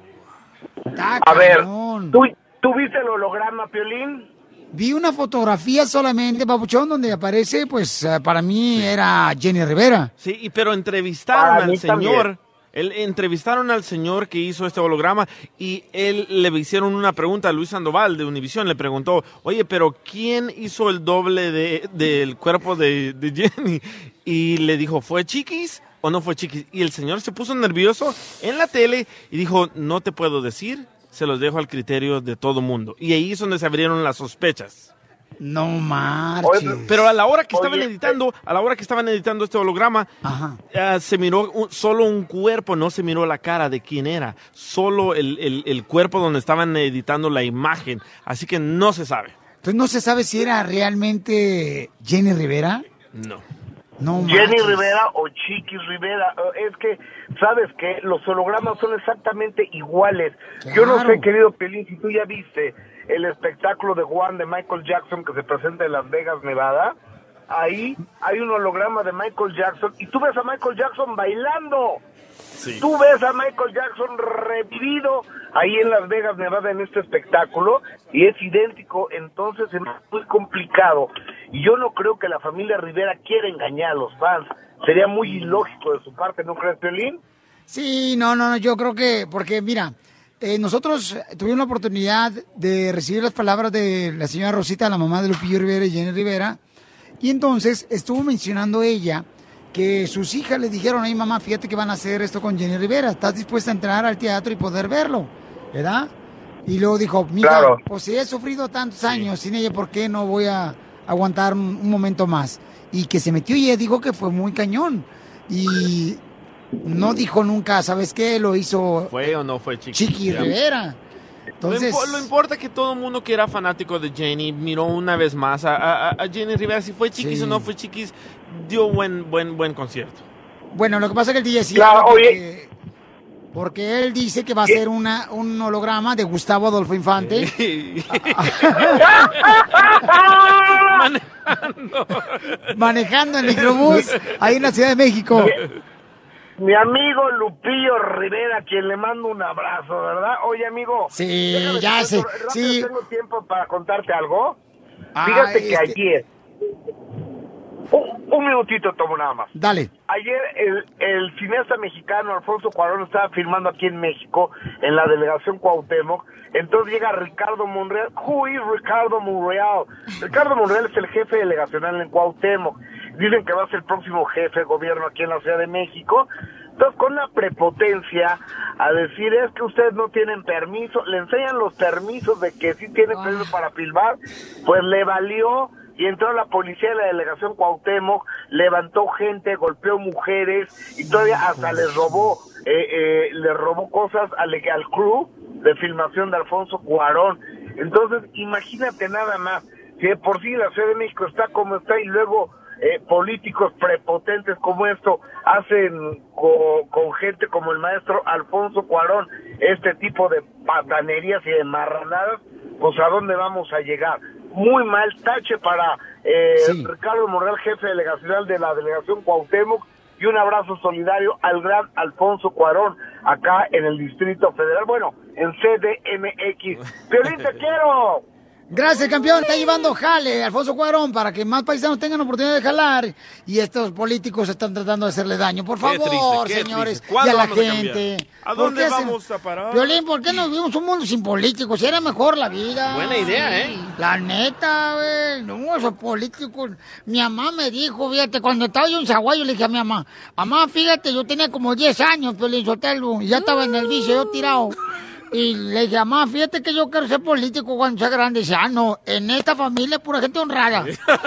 Está A ver, cabrón. ¿tú, ¿tú viste el holograma, Piolín? Vi una fotografía solamente, papuchón, donde aparece, pues, uh, para mí sí. era Jenny Rivera. Sí, y pero entrevistaron Para al mí señor, también. él, entrevistaron al señor que hizo este holograma y él le hicieron una pregunta a Luis Sandoval de Univisión, le preguntó, oye, pero ¿quién hizo el doble de, del cuerpo de, de Jenny? Y le dijo, ¿fue Chiquis o no fue Chiquis? Y el señor se puso nervioso en la tele y dijo, no te puedo decir. Se los dejo al criterio de todo mundo. Y ahí es donde se abrieron las sospechas. No marches. Pero a la hora que estaban Oye, editando, a la hora que estaban editando este holograma, uh, se miró un, solo un cuerpo, no se miró la cara de quién era. Solo el, el, el cuerpo donde estaban editando la imagen. Así que no se sabe. Entonces no se sabe si era realmente Jenny Rivera. No. No Jenny marches. Rivera o Chiquis Rivera. Es que, ¿sabes qué? Los hologramas son exactamente iguales. Claro. Yo no sé, querido Pelín, si tú ya viste el espectáculo de One de Michael Jackson que se presenta en Las Vegas, Nevada. Ahí hay un holograma de Michael Jackson y tú ves a Michael Jackson bailando. Sí. Tú ves a Michael Jackson revivido ahí en Las Vegas, Nevada, en este espectáculo, y es idéntico. Entonces es muy complicado. Y yo no creo que la familia Rivera quiera engañar a los fans. Sería muy ilógico de su parte, ¿no crees, Piolín? Sí, no, no, no, yo creo que, porque mira, eh, nosotros tuvimos la oportunidad de recibir las palabras de la señora Rosita, la mamá de Lupillo Rivera y Jenny Rivera, y entonces estuvo mencionando ella que sus hijas le dijeron, ay mamá, fíjate que van a hacer esto con Jenny Rivera, ¿estás dispuesta a entrar al teatro y poder verlo? ¿Verdad? Y luego dijo, mira, claro. pues si he sufrido tantos años sin ella, ¿por qué no voy a aguantar un, un momento más? Y que se metió y ella dijo que fue muy cañón. Y no dijo nunca, ¿sabes qué? Lo hizo... ¿Fue o no fue Chiquis? Chiqui Rivera. Entonces... Lo, impo- lo importa que todo el mundo que era fanático de Jenny miró una vez más a, a, a Jenny Rivera. Si fue Chiquis Sí. o no fue Chiquis, dio buen buen buen concierto. Bueno, lo que pasa es que el D J sí... Claro, porque, oye. porque él dice que va a ¿Qué? ser una, un holograma de Gustavo Adolfo Infante. Manejando. Manejando el microbús ahí en la Ciudad de México. Mi amigo Lupillo Rivera, a quien le mando un abrazo, ¿verdad? Oye, amigo. Sí, déjame ya te sé, cuento, rápido, sí. ¿Tengo tiempo para contarte algo? Ay, Fíjate que este- ayer... Un, un minutito tomo nada más. Dale. Ayer el, el cineasta mexicano Alfonso Cuarón estaba filmando aquí en México, en la delegación Cuauhtémoc. Entonces llega Ricardo Monreal. Who is Ricardo Monreal? Ricardo Monreal es el jefe delegacional en Cuauhtémoc. Dicen que va a ser el próximo jefe de gobierno aquí en la Ciudad de México. Entonces, con una prepotencia a decir, es que ustedes no tienen permiso, le enseñan los permisos de que sí tienen permiso para filmar, pues le valió y entró la policía de la delegación Cuauhtémoc, levantó gente, golpeó mujeres y todavía hasta les robó, eh, eh, le robó cosas al, al crew de filmación de Alfonso Cuarón. Entonces, imagínate nada más, si de por sí la Ciudad de México está como está y luego eh, políticos prepotentes como esto hacen co- con gente como el maestro Alfonso Cuarón este tipo de patanerías y de marranadas, pues a dónde vamos a llegar. Muy mal, tache para eh, Sí. Ricardo Monreal, jefe delegacional de la delegación Cuauhtémoc, y un abrazo solidario al gran Alfonso Cuarón, acá en el Distrito Federal, bueno, en C D M X. Piolín, te quiero. Gracias, campeón. Está llevando jale Alfonso Cuarón para que más paisanos tengan oportunidad de jalar. Y estos políticos están tratando de hacerle daño. Por Qué favor, triste, qué señores. triste. ¿Cuándo Y a la vamos a cambiar? gente. ¿A ¿Por dónde qué hacen- vamos a parar? Violín, ¿por qué no vivimos un mundo sin políticos? Era mejor la vida. Buena idea, ¿eh? La neta, güey. No, esos políticos. Mi mamá me dijo, fíjate, cuando estaba yo en Zaguayo, le dije a mi mamá, mamá, fíjate, yo tenía como diez años, Piolín Sotelo, y ya estaba en el vicio, yo tirado. Y le dije, mamá, fíjate que yo quiero ser político cuando sea grande. Y dice, ah, no, en esta familia pura gente honrada.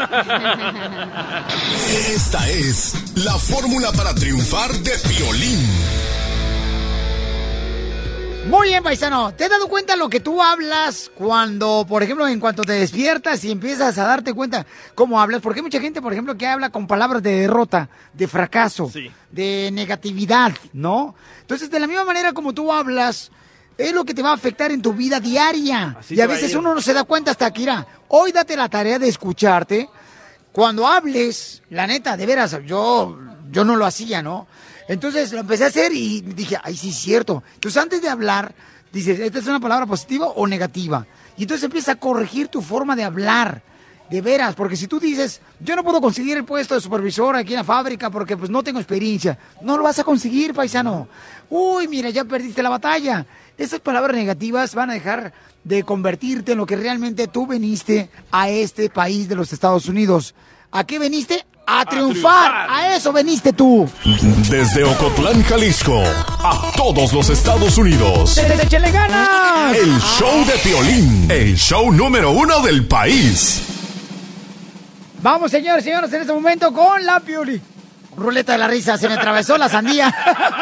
Esta es la fórmula para triunfar de Piolín. Muy bien, paisano. ¿Te has dado cuenta lo que tú hablas cuando, por ejemplo, en cuanto te despiertas y empiezas a darte cuenta cómo hablas? Porque hay mucha gente, por ejemplo, que habla con palabras de derrota, de fracaso, Sí. de negatividad, ¿no? Entonces, de la misma manera como tú hablas, es lo que te va a afectar en tu vida diaria. Así y a te va a veces ir. uno no se da cuenta hasta aquí. Mira, hoy date la tarea de escucharte. Cuando hables, la neta, de veras, yo, yo no lo hacía, ¿no? Entonces lo empecé a hacer y dije, ay, sí es cierto. Entonces antes de hablar, dices, ¿esta es una palabra positiva o negativa? Y entonces empieza a corregir tu forma de hablar, de veras, porque si tú dices, yo no puedo conseguir el puesto de supervisor aquí en la fábrica porque pues no tengo experiencia, no lo vas a conseguir, paisano. Uy, mira, ya perdiste la batalla. Esas palabras negativas van a dejar de convertirte en lo que realmente tú veniste a este país de los Estados Unidos. ¿A qué veniste? A triunfar. A, a eso veniste tú. Desde Ocotlán, Jalisco, a todos los Estados Unidos. ¡Échale ganas! El show de Piolín, el show número uno del país. Vamos, señores, señores, en este momento con la Pioli. Ruleta de la risa, se me atravesó la sandía.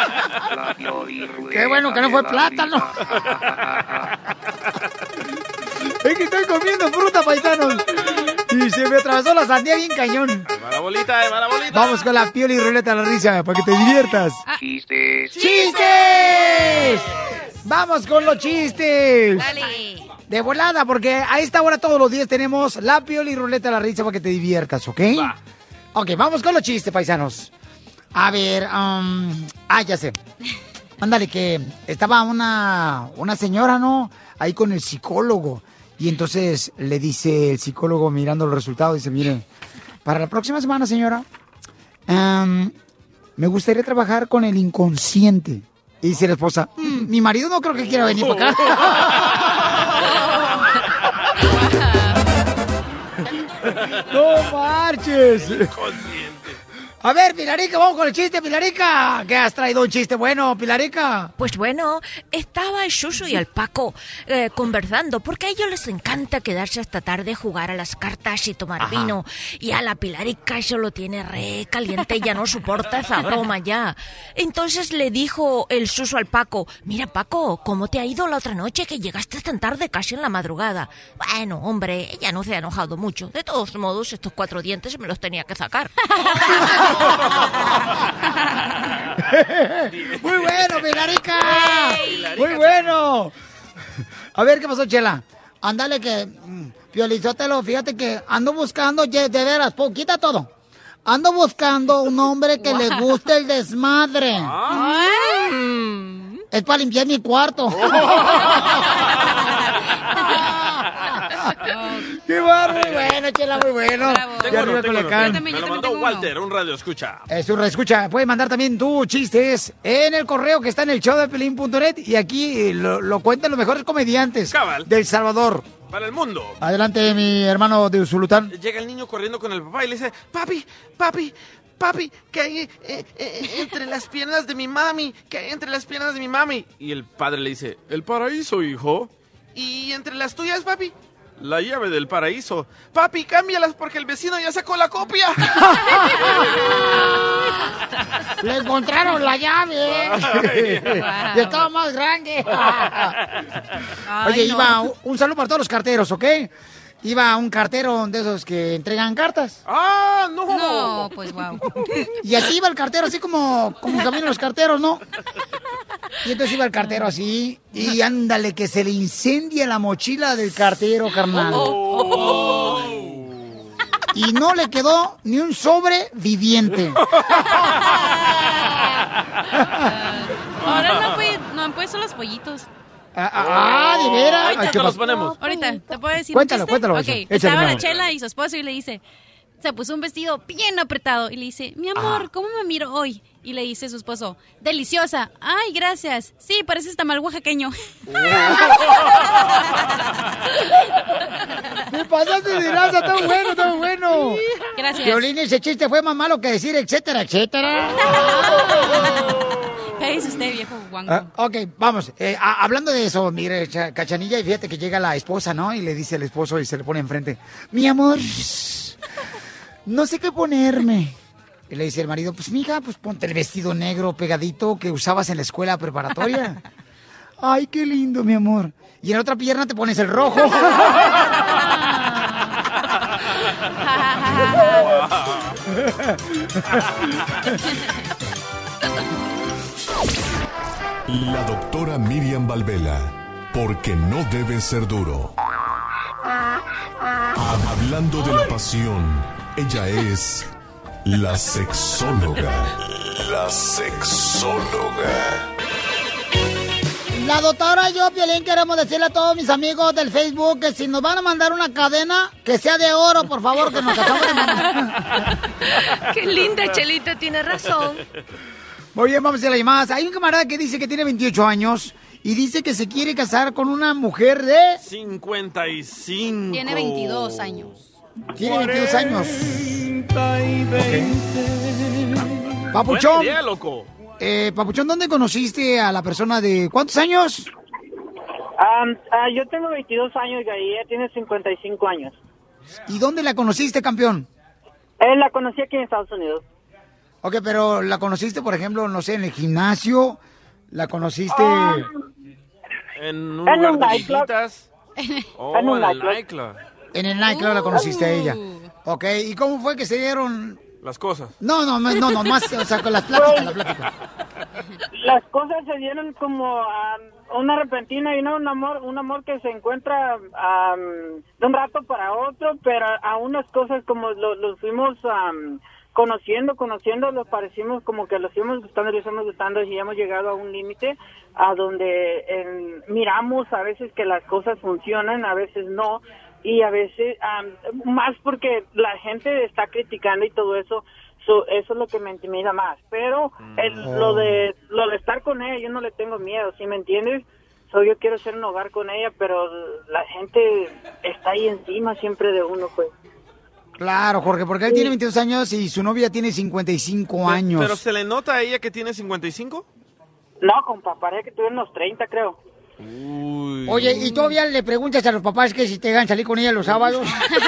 Qué bueno que no fue plátano. Es que estoy comiendo fruta, paisanos. Y se me atravesó la sandía bien cañón. Va la bolita, va la bolita. Vamos con la Pioli Ruleta de la risa para que te diviertas. Chistes. ¡Chistes! Vamos con los chistes. Dale. De volada, porque a esta hora todos los días tenemos la Pioli Ruleta de la risa para que te diviertas, ¿ok? Va. Ok, vamos con los chistes, paisanos. A ver, um, ah, ya sé. Ándale, que estaba una, una señora, ¿no? Ahí con el psicólogo. Y entonces le dice el psicólogo, mirando los resultados, dice, mire, para la próxima semana, señora, um, me gustaría trabajar con el inconsciente. Y dice la esposa, "Mm, mi marido no creo que quiera venir para acá. ¡No marches! A ver, Pilarica, vamos con el chiste, Pilarica. ¿Qué has traído un chiste bueno, Pilarica? Pues bueno, estaba el Suso y el Paco eh, conversando, porque a ellos les encanta quedarse hasta tarde, jugar a las cartas y tomar Ajá. vino. Y a la Pilarica eso lo tiene re caliente, ya no soporta esa broma ya. Entonces le dijo el Suso al Paco, mira Paco, ¿cómo te ha ido la otra noche que llegaste tan tarde, casi en la madrugada? Bueno, hombre, ella no se ha enojado mucho. De todos modos, estos cuatro dientes me los tenía que sacar. Muy bueno, Pilarica. Muy bueno. A ver, ¿qué pasó, Chela? Ándale que, mm, Piolizótelo, fíjate que ando buscando, ye- de veras, po, quita todo. Ando buscando un hombre que le guste el desmadre. Mm. Es para limpiar mi cuarto. ¡Qué barro! Muy bueno, Chela, muy bueno. Tengo Y uno, arriba tengo Culiacán. uno. Me lo mandó Walter, un radio escucha. Es un reescucha. Puedes mandar también tus chistes en el correo que está en el show de pelín punto net y aquí lo, lo cuentan los mejores comediantes Cabal. del Salvador. Para el mundo. Adelante, mi hermano de Usulután. Llega el niño corriendo con el papá y le dice, papi, papi, papi, que hay eh, eh, entre las piernas de mi mami, que hay entre las piernas de mi mami. Y el padre le dice, el paraíso, hijo. ¿Y entre las tuyas, papi? La llave del paraíso. Papi, cámbialas porque el vecino ya sacó la copia. Le encontraron la llave. Wow. Y estaba más grande. Ay, Oye, no. iba un, un saludo para todos los carteros, ¿ok? Iba un cartero de esos que entregan cartas. ¡Ah, no! No, pues wow. Y así iba el cartero, así como, como caminan los carteros, ¿no? Y entonces iba el cartero así, y ándale, que se le incendia la mochila del cartero, carnal. Y no le quedó ni un sobre viviente. Ahora no, pues, no han puesto los pollitos. Ah, ah, ¿de veras? Ahorita Ay, ¿qué te los pasó? ponemos. Ahorita, ¿te puedo decir Cuéntalo, un chiste? cuéntalo, Ok, eso. Échale, estaba mi la amor. Chela y su esposo y le dice, se puso un vestido bien apretado y le dice, mi amor, ¿cómo me miro hoy? Y le dice su esposo, deliciosa. Ay, gracias. Sí, pareces tamal oaxaqueño. Me pasaste de raza, está bueno, está bueno. Gracias. Violín, ese chiste fue más malo que decir etcétera, etcétera. ¿Qué dice usted, viejo guango? Ah, ok, vamos. eh, a- hablando de eso, mire, Cha- Cachanilla, y fíjate que llega la esposa, ¿no? Y le dice al esposo y se le pone enfrente. Mi amor, no sé qué ponerme. Y le dice el marido, pues mija, pues ponte el vestido negro pegadito que usabas en la escuela preparatoria. Ay, qué lindo, mi amor. Y en la otra pierna te pones el rojo. La doctora Miriam Valvela, porque no debe ser duro. Hablando de la pasión, ella es la sexóloga. La sexóloga. La doctora y yo, Piolín, queremos decirle a todos mis amigos del Facebook que si nos van a mandar una cadena, que sea de oro, por favor, que nos casamos de mamá. Qué linda, Chelita, tiene razón. Muy bien, vamos a las llamadas. Hay un camarada que dice que tiene veintiocho años y dice que se quiere casar con una mujer de... cincuenta y cinco. Tiene veintidós años. Tiene veintidós años. Okay. Papuchón. Buena idea, loco. Eh, Papuchón, ¿dónde conociste a la persona de cuántos años? Um, uh, yo tengo veintidós años y ella tiene cincuenta y cinco años. ¿Y dónde la conociste, campeón? Eh, la conocí aquí en Estados Unidos. Ok, pero ¿la conociste, por ejemplo, no sé, en el gimnasio? ¿La conociste...? Uh, en un en lugar un de nightclub. viejitas. Oh, en un en el nightclub. nightclub. En el nightclub uh, la conociste uh. a ella. Ok, ¿y cómo fue que se dieron...? Las cosas. No, no, no, no, más, o sea, con las pláticas, la plática. Las cosas se dieron como um, una repentina y no un amor, un amor que se encuentra um, de un rato para otro, pero a unas cosas como lo, los fuimos um, conociendo, conociendo, los parecimos como que los íbamos gustando, los íbamos gustando y hemos llegado a un límite a donde eh, miramos a veces que las cosas funcionan, a veces no. Y a veces, um, más porque la gente está criticando y todo eso, so, eso es lo que me intimida más. Pero el, oh. lo de lo de estar con ella, yo no le tengo miedo, ¿sí me entiendes? So, yo quiero hacer un hogar con ella, pero la gente está ahí encima siempre de uno, pues. Claro, Jorge, porque él sí. tiene veintidós años y su novia tiene cincuenta y cinco años. ¿Pero se le nota a ella que tiene cincuenta y cinco? No, compa, parece que tuve unos treinta, creo. Uy. Oye, ¿y todavía le preguntas a los papás que si te dejan salir con ella los sábados?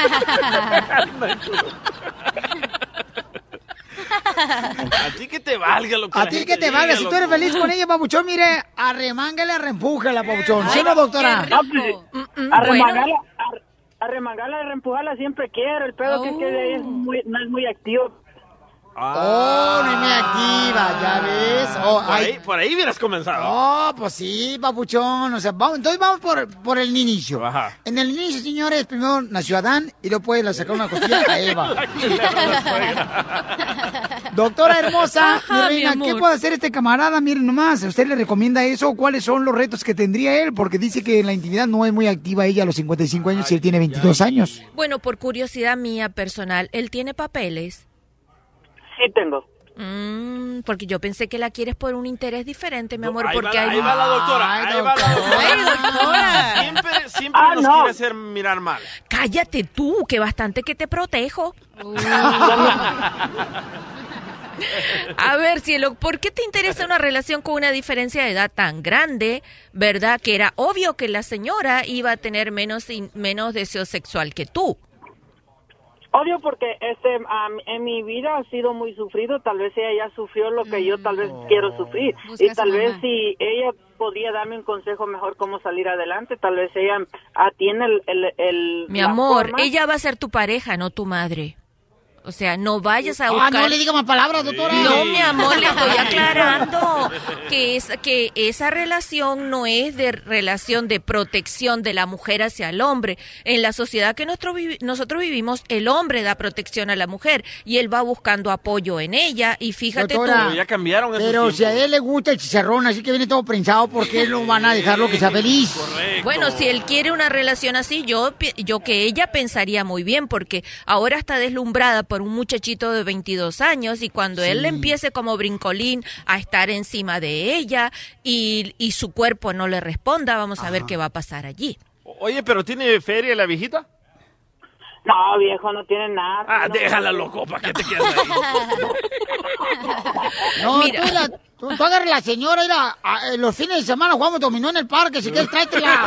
A ti que te valga lo que A ti que te valga, si tú eres feliz con ella, papuchón, mire, arremángale, arrempújala, papuchón. ¿Sí o no, doctora? No, pues, arremangarla, arremangarla, arrempujarla siempre quiero. El pedo oh. que es que ella es muy, no es muy activo. Ah. Oh, no es muy activa, ya ves. Oh, por, ahí, por ahí hubieras comenzado. Oh, pues sí, papuchón. O sea, vamos, entonces vamos por, por el inicio. Ajá. En el inicio, señores, primero nació Adán y luego puede sacar una costilla a Eva. Doctora hermosa, Ajá, mi reina, mi ¿qué puede hacer este camarada? Miren nomás, ¿usted le recomienda eso? ¿Cuáles son los retos que tendría él? Porque dice que en la intimidad no es muy activa ella a los cincuenta y cinco años y él tiene veintidós años. Bueno, por curiosidad mía personal, ¿él tiene papeles? Sí tengo. Mm, porque yo pensé que la quieres por un interés diferente, mi amor. Ahí porque va, hay... ahí va la doctora. Ay, ahí va la doctora. Ay, doctora. Siempre, siempre ah, nos no. quiere hacer mirar mal. Cállate tú, que bastante que te protejo. Uh. A ver, cielo, ¿por qué te interesa una relación con una diferencia de edad tan grande, verdad? Que era obvio que la señora iba a tener menos, menos deseo sexual que tú. Obvio porque este um, en mi vida ha sido muy sufrido, tal vez ella ya sufrió lo que yo tal vez oh. quiero sufrir. Busca y tal vez mamá. Si ella podría darme un consejo mejor cómo salir adelante, tal vez ella ah, tiene el... el, el mi amor, forma. Ella va a ser tu pareja, no tu madre. O sea, no vayas a buscar... Ah, no le diga más palabras, doctora. No, mi amor, le estoy aclarando que, es, que esa relación no es de relación de protección de la mujer hacia el hombre. En la sociedad que nosotros, vivi- nosotros vivimos, el hombre da protección a la mujer y él va buscando apoyo en ella. Y fíjate doctora, tú... Pero ya cambiaron esos Pero tiempos. si a él le gusta el chicharrón, así que viene todo prensado, ¿por qué no van a dejarlo que sea feliz? Correcto. Bueno, si él quiere una relación así, yo, yo que ella pensaría muy bien, porque ahora está deslumbrada por un muchachito de veintidós años y cuando sí. él le empiece como brincolín a estar encima de ella y, y su cuerpo no le responda, vamos Ajá. a ver qué va a pasar allí. Oye, ¿pero tiene feria la viejita? No, viejo, no tiene nada. Ah, no, déjala, loco, ¿para qué te quedas ahí? No, Mira. tú la, Tú, tú agarras la señora, mira, a, a, los fines de semana jugamos dominó en el parque, si quieres tráetela.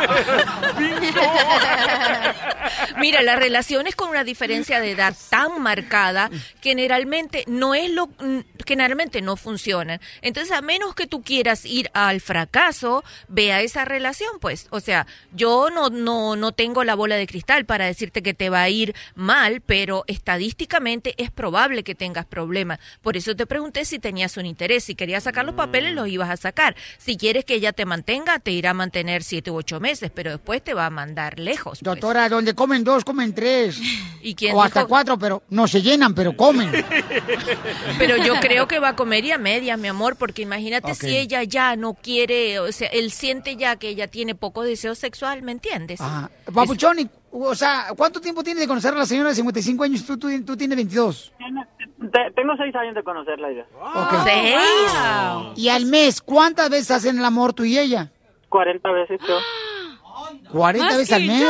Mira, las relaciones con una diferencia de edad tan marcada generalmente no es lo generalmente no funcionan. Entonces, a menos que tú quieras ir al fracaso, vea esa relación, pues. O sea, yo no no no tengo la bola de cristal para decirte que te va a ir mal, pero estadísticamente es probable que tengas problemas. Por eso te pregunté si tenías un interés, si querías sacar los papeles, los ibas a sacar. Si quieres que ella te mantenga, te irá a mantener siete u ocho meses, pero después te va a mandar lejos. Pues. Doctora, donde comen dos, comen tres. ¿Y quién o hasta dijo? cuatro, pero no se llenan, pero comen. Pero yo creo que va a comer y a medias, mi amor, porque imagínate Ok. si ella ya no quiere, o sea, él siente ya que ella tiene poco deseo sexual, ¿me entiendes? Ajá. Papuchón, y- o sea, ¿cuánto tiempo tiene de conocer a la señora de cincuenta y cinco años? Tú, tú, tú tienes veintidós. Te- tengo seis años de conocerla ya. Ok. ¿Seis? Y al mes, ¿cuántas veces hacen el amor tú y ella? cuarenta veces yo. ¿cuarenta Más veces al que mes? yo.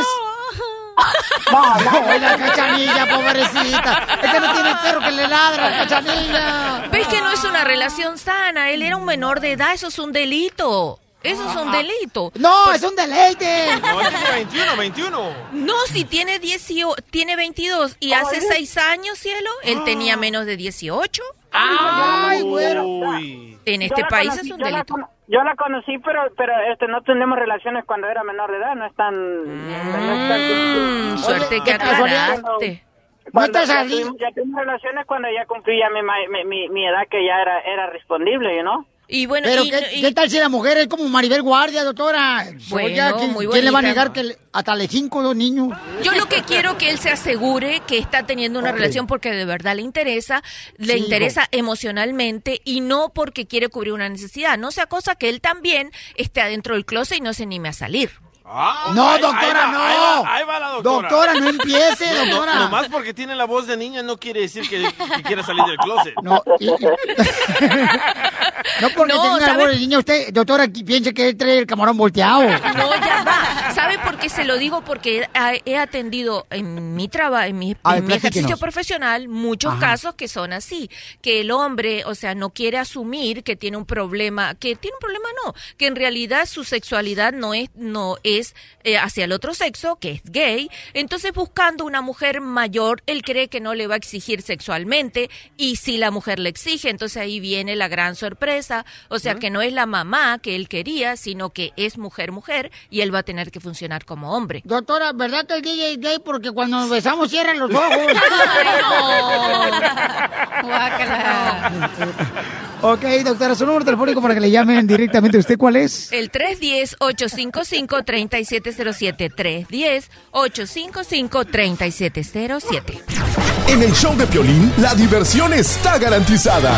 No, no, la Cachanilla, pobrecita. Es que no tiene perro que le ladra, Cachanilla. ¿Ves que no es una relación sana? Él era un menor de edad, eso es un delito. Eso es un delito. No, es un deleite. No, él tiene veintiuno, veintiuno. No, si tiene dieciocho, tiene veintidós y hace seis años, cielo, él tenía menos de dieciocho. Ay, güero. En este Yo la país conocí- es un yo la delito. cono- Yo la conocí, pero pero este no tenemos relaciones cuando era menor de edad, no es tan... no es tan- Mm, suerte Oye, que de casualidad, aclaraste. Cuando estás ya ahí? tuvimos, ya tuvimos relaciones cuando ya cumplía mi, ma- mi, mi, mi edad, que ya era era respondible, ¿no? Y bueno, Pero y- ¿qué, y- ¿qué tal si la mujer es como Maribel Guardia, doctora? Bueno, Oiga, ¿quién, muy quién le va a bonita. negar que le- hasta le cinco dos niños? Yo lo que quiero que él se asegure que está teniendo una Ok. relación porque de verdad le interesa, le Sí, interesa emocionalmente y no porque quiere cubrir una necesidad. No sea cosa que él también esté adentro del closet y no se anime a salir. No, ahí- doctora, ahí va, no. Ahí va, ahí va la doctora. Doctora, no empiece, No, no, doctora. nomás porque tiene la voz de niña no quiere decir que, que quiere salir del closet. No, y- no porque No, tenga una ¿sabe? voz de niña, usted, doctora, aquí piense que él trae el camarón volteado. No, ya va. ¿Sabe por qué se lo digo? Porque he, he atendido en mi trabajo, en mi, A ver, en mi ejercicio platíquenos. profesional, muchos Ajá. casos que son así. Que el hombre, o sea, no quiere asumir que tiene un problema, que tiene un problema no, que en realidad su sexualidad no es, no es eh, hacia el otro sexo, que es gay. Entonces, buscando una mujer mayor, él cree que no le va a exigir sexualmente, y si la mujer le exige, entonces ahí viene la gran sorpresa. O sea, que no es la mamá que él quería, sino que es mujer-mujer, y él va a tener que funcionar como hombre. Doctora, ¿verdad que el D J es gay? Porque cuando nos besamos cierran los ojos. Ok, doctora, su número telefónico para que le llamen directamente. ¿Usted cuál es? El tres uno cero, ocho cinco cinco, tres siete cero siete. tres uno cero, ocho cinco cinco, tres siete cero siete. En el show de Piolín, la diversión está garantizada.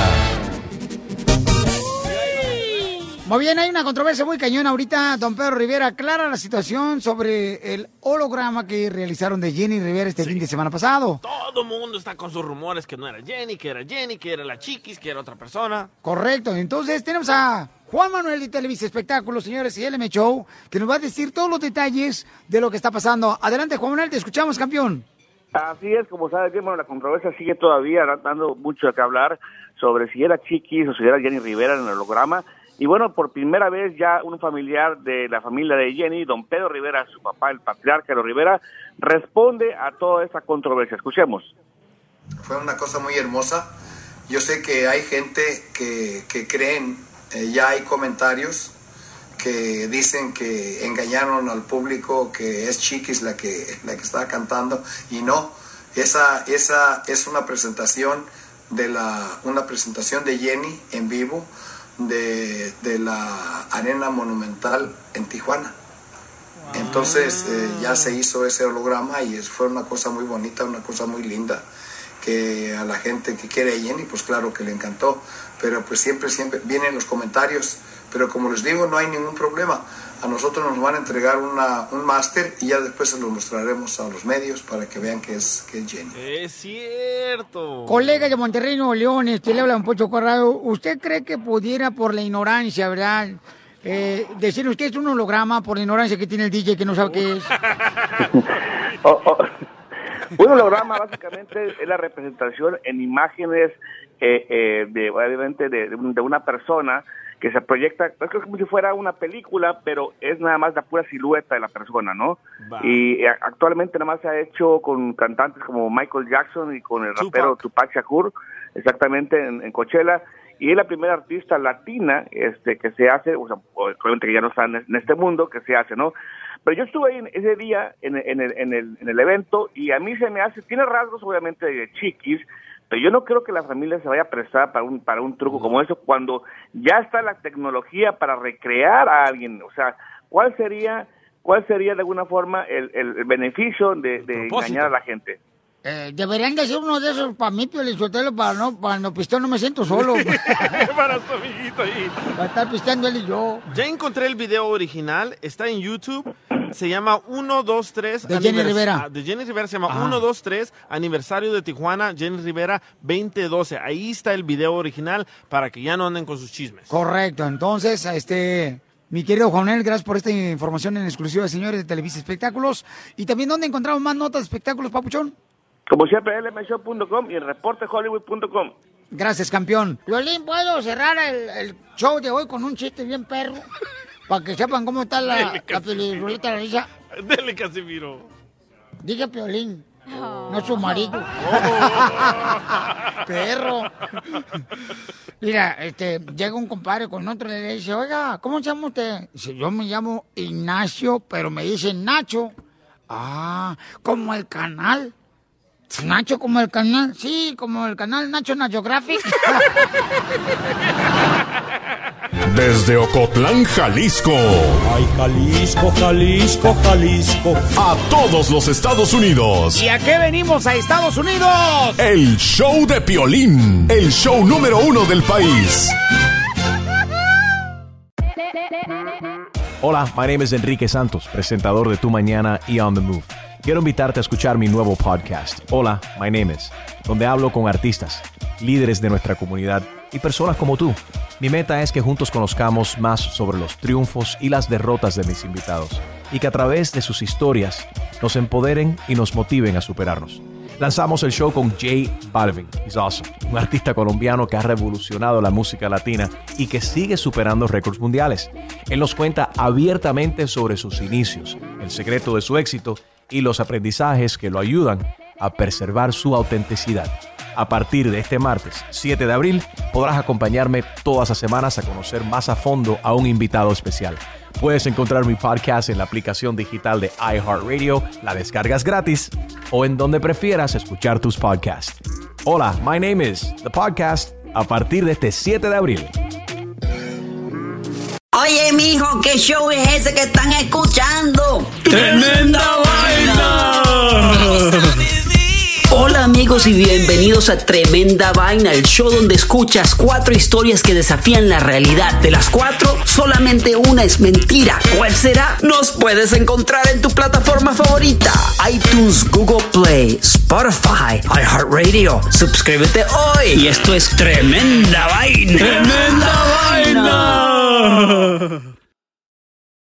Muy bien, hay una controversia muy cañona ahorita. Don Pedro Rivera aclara la situación sobre el holograma que realizaron de Jenny Rivera este fin de semana pasado. Todo el mundo está con sus rumores que no era Jenny, que era Jenny, que era la Chiquis, que era otra persona. Correcto, entonces tenemos a Juan Manuel de Televisa Espectáculos, señores, y L M Show, que nos va a decir todos los detalles de lo que está pasando. Adelante, Juan Manuel, te escuchamos, campeón. Así es, como sabes bien, bueno, la controversia sigue todavía dando mucho de qué hablar sobre si era Chiquis o si era Jenny Rivera en el holograma. Y bueno, por primera vez ya un familiar de la familia de Jenny, don Pedro Rivera, su papá, el patriarca de Rivera, responde a toda esta controversia. Escuchemos. Fue una cosa muy hermosa. Yo sé que hay gente que, que creen, eh, ya hay comentarios que dicen que engañaron al público, que es Chiquis la que, la que está cantando, y no, esa, esa es una presentación de la, una presentación de Jenny en vivo de, de la Arena Monumental en Tijuana. Entonces eh, ya se hizo ese holograma y es, fue una cosa muy bonita, una cosa muy linda, que a la gente que quiere a Jenny, pues claro que le encantó, pero pues siempre, siempre vienen los comentarios, pero como les digo, no hay ningún problema. A nosotros nos van a entregar una, un máster y ya después se lo mostraremos a los medios para que vean que es, que es Jenny. Es cierto. Colega de Monterrey, Nuevo León, este, le habla un Pocho Corrado. ¿Usted cree que pudiera, por la ignorancia, verdad, eh, decir usted es un holograma por la ignorancia que tiene el D J que no sabe qué es? Oh, oh. Un holograma básicamente es la representación en imágenes eh, eh, de, obviamente de, de una persona que se proyecta, es como si fuera una película, pero es nada más la pura silueta de la persona, ¿no? Va. Y eh, actualmente nada más se ha hecho con cantantes como Michael Jackson y con el Tupac. rapero Tupac Shakur, exactamente en, en Coachella, y es la primera artista latina este que se hace, o sea, obviamente que ya no está en, en este mundo, que se hace, ¿no? Pero yo estuve ahí ese día en, en, el, en, el, en el evento y a mí se me hace, tiene rasgos obviamente de Chiquis, pero yo no creo que la familia se vaya a prestar para un para un truco como eso cuando ya está la tecnología para recrear a alguien. O sea, ¿cuál sería cuál sería de alguna forma el, el, el beneficio de, de engañar a la gente? Eh, deberían de ser uno de esos para mí, Piolinsotelo, para no, para no pistear, no me siento solo. Para su amiguito ahí. Para estar pisteando él y yo. Ya encontré el video original, está en YouTube. Se llama uno dos tres De Jenny Rivera. De Jenny Rivera se llama Ajá. uno dos tres Aniversario de Tijuana, Jenny Rivera veinte doce. Ahí está el video original para que ya no anden con sus chismes. Correcto, entonces, este, mi querido Juanel, gracias por esta información en exclusiva, señores de Televisa Espectáculos. Y también, ¿dónde encontramos más notas de espectáculos, Papuchón? Como siempre, L M show punto com y el reporte hollywood punto com. Gracias, campeón. Violín, ¿puedo cerrar el, el show de hoy con un chiste bien perro? Para que sepan cómo está la, la peliruleta de la risa. Dele, Casimiro. Diga Piolín, oh. No su marido. Oh. Perro. Mira, este, llega un compadre con otro y le dice, oiga, ¿cómo se llama usted? Dice, yo me llamo Ignacio, pero me dicen Nacho. Ah, como el canal. Nacho como el canal, sí, como el canal Nacho Geographic. Desde Ocotlán, Jalisco. Ay, Jalisco, Jalisco, Jalisco. A todos los Estados Unidos. ¿Y a qué venimos a Estados Unidos? El show de Piolín, el show número uno del país. Hola, my name is Enrique Santos, presentador de Tu Mañana y On The Move. Quiero invitarte a escuchar mi nuevo podcast, Hola, my name is, donde hablo con artistas, líderes de nuestra comunidad y personas como tú. Mi meta es que juntos conozcamos más sobre los triunfos y las derrotas de mis invitados y que a través de sus historias nos empoderen y nos motiven a superarnos. Lanzamos el show con J Balvin, he's awesome, un artista colombiano que ha revolucionado la música latina y que sigue superando récords mundiales. Él nos cuenta abiertamente sobre sus inicios, el secreto de su éxito y los aprendizajes que lo ayudan a preservar su autenticidad. A partir de este martes, siete de abril, podrás acompañarme todas las semanas a conocer más a fondo a un invitado especial. Puedes encontrar mi podcast en la aplicación digital de iHeartRadio, la descargas gratis, o en donde prefieras escuchar tus podcasts. Hola, my name is The Podcast, a partir de este siete de abril. Oye, mijo, ¿qué show es ese que están escuchando? ¡Tremenda Vaina! Hola amigos y bienvenidos a Tremenda Vaina, el show donde escuchas cuatro historias que desafían la realidad. De las cuatro, solamente una es mentira. ¿Cuál será? Nos puedes encontrar en tu plataforma favorita: iTunes, Google Play, Spotify, iHeartRadio. Suscríbete hoy. Y esto es Tremenda Vaina. ¡Tremenda Vaina!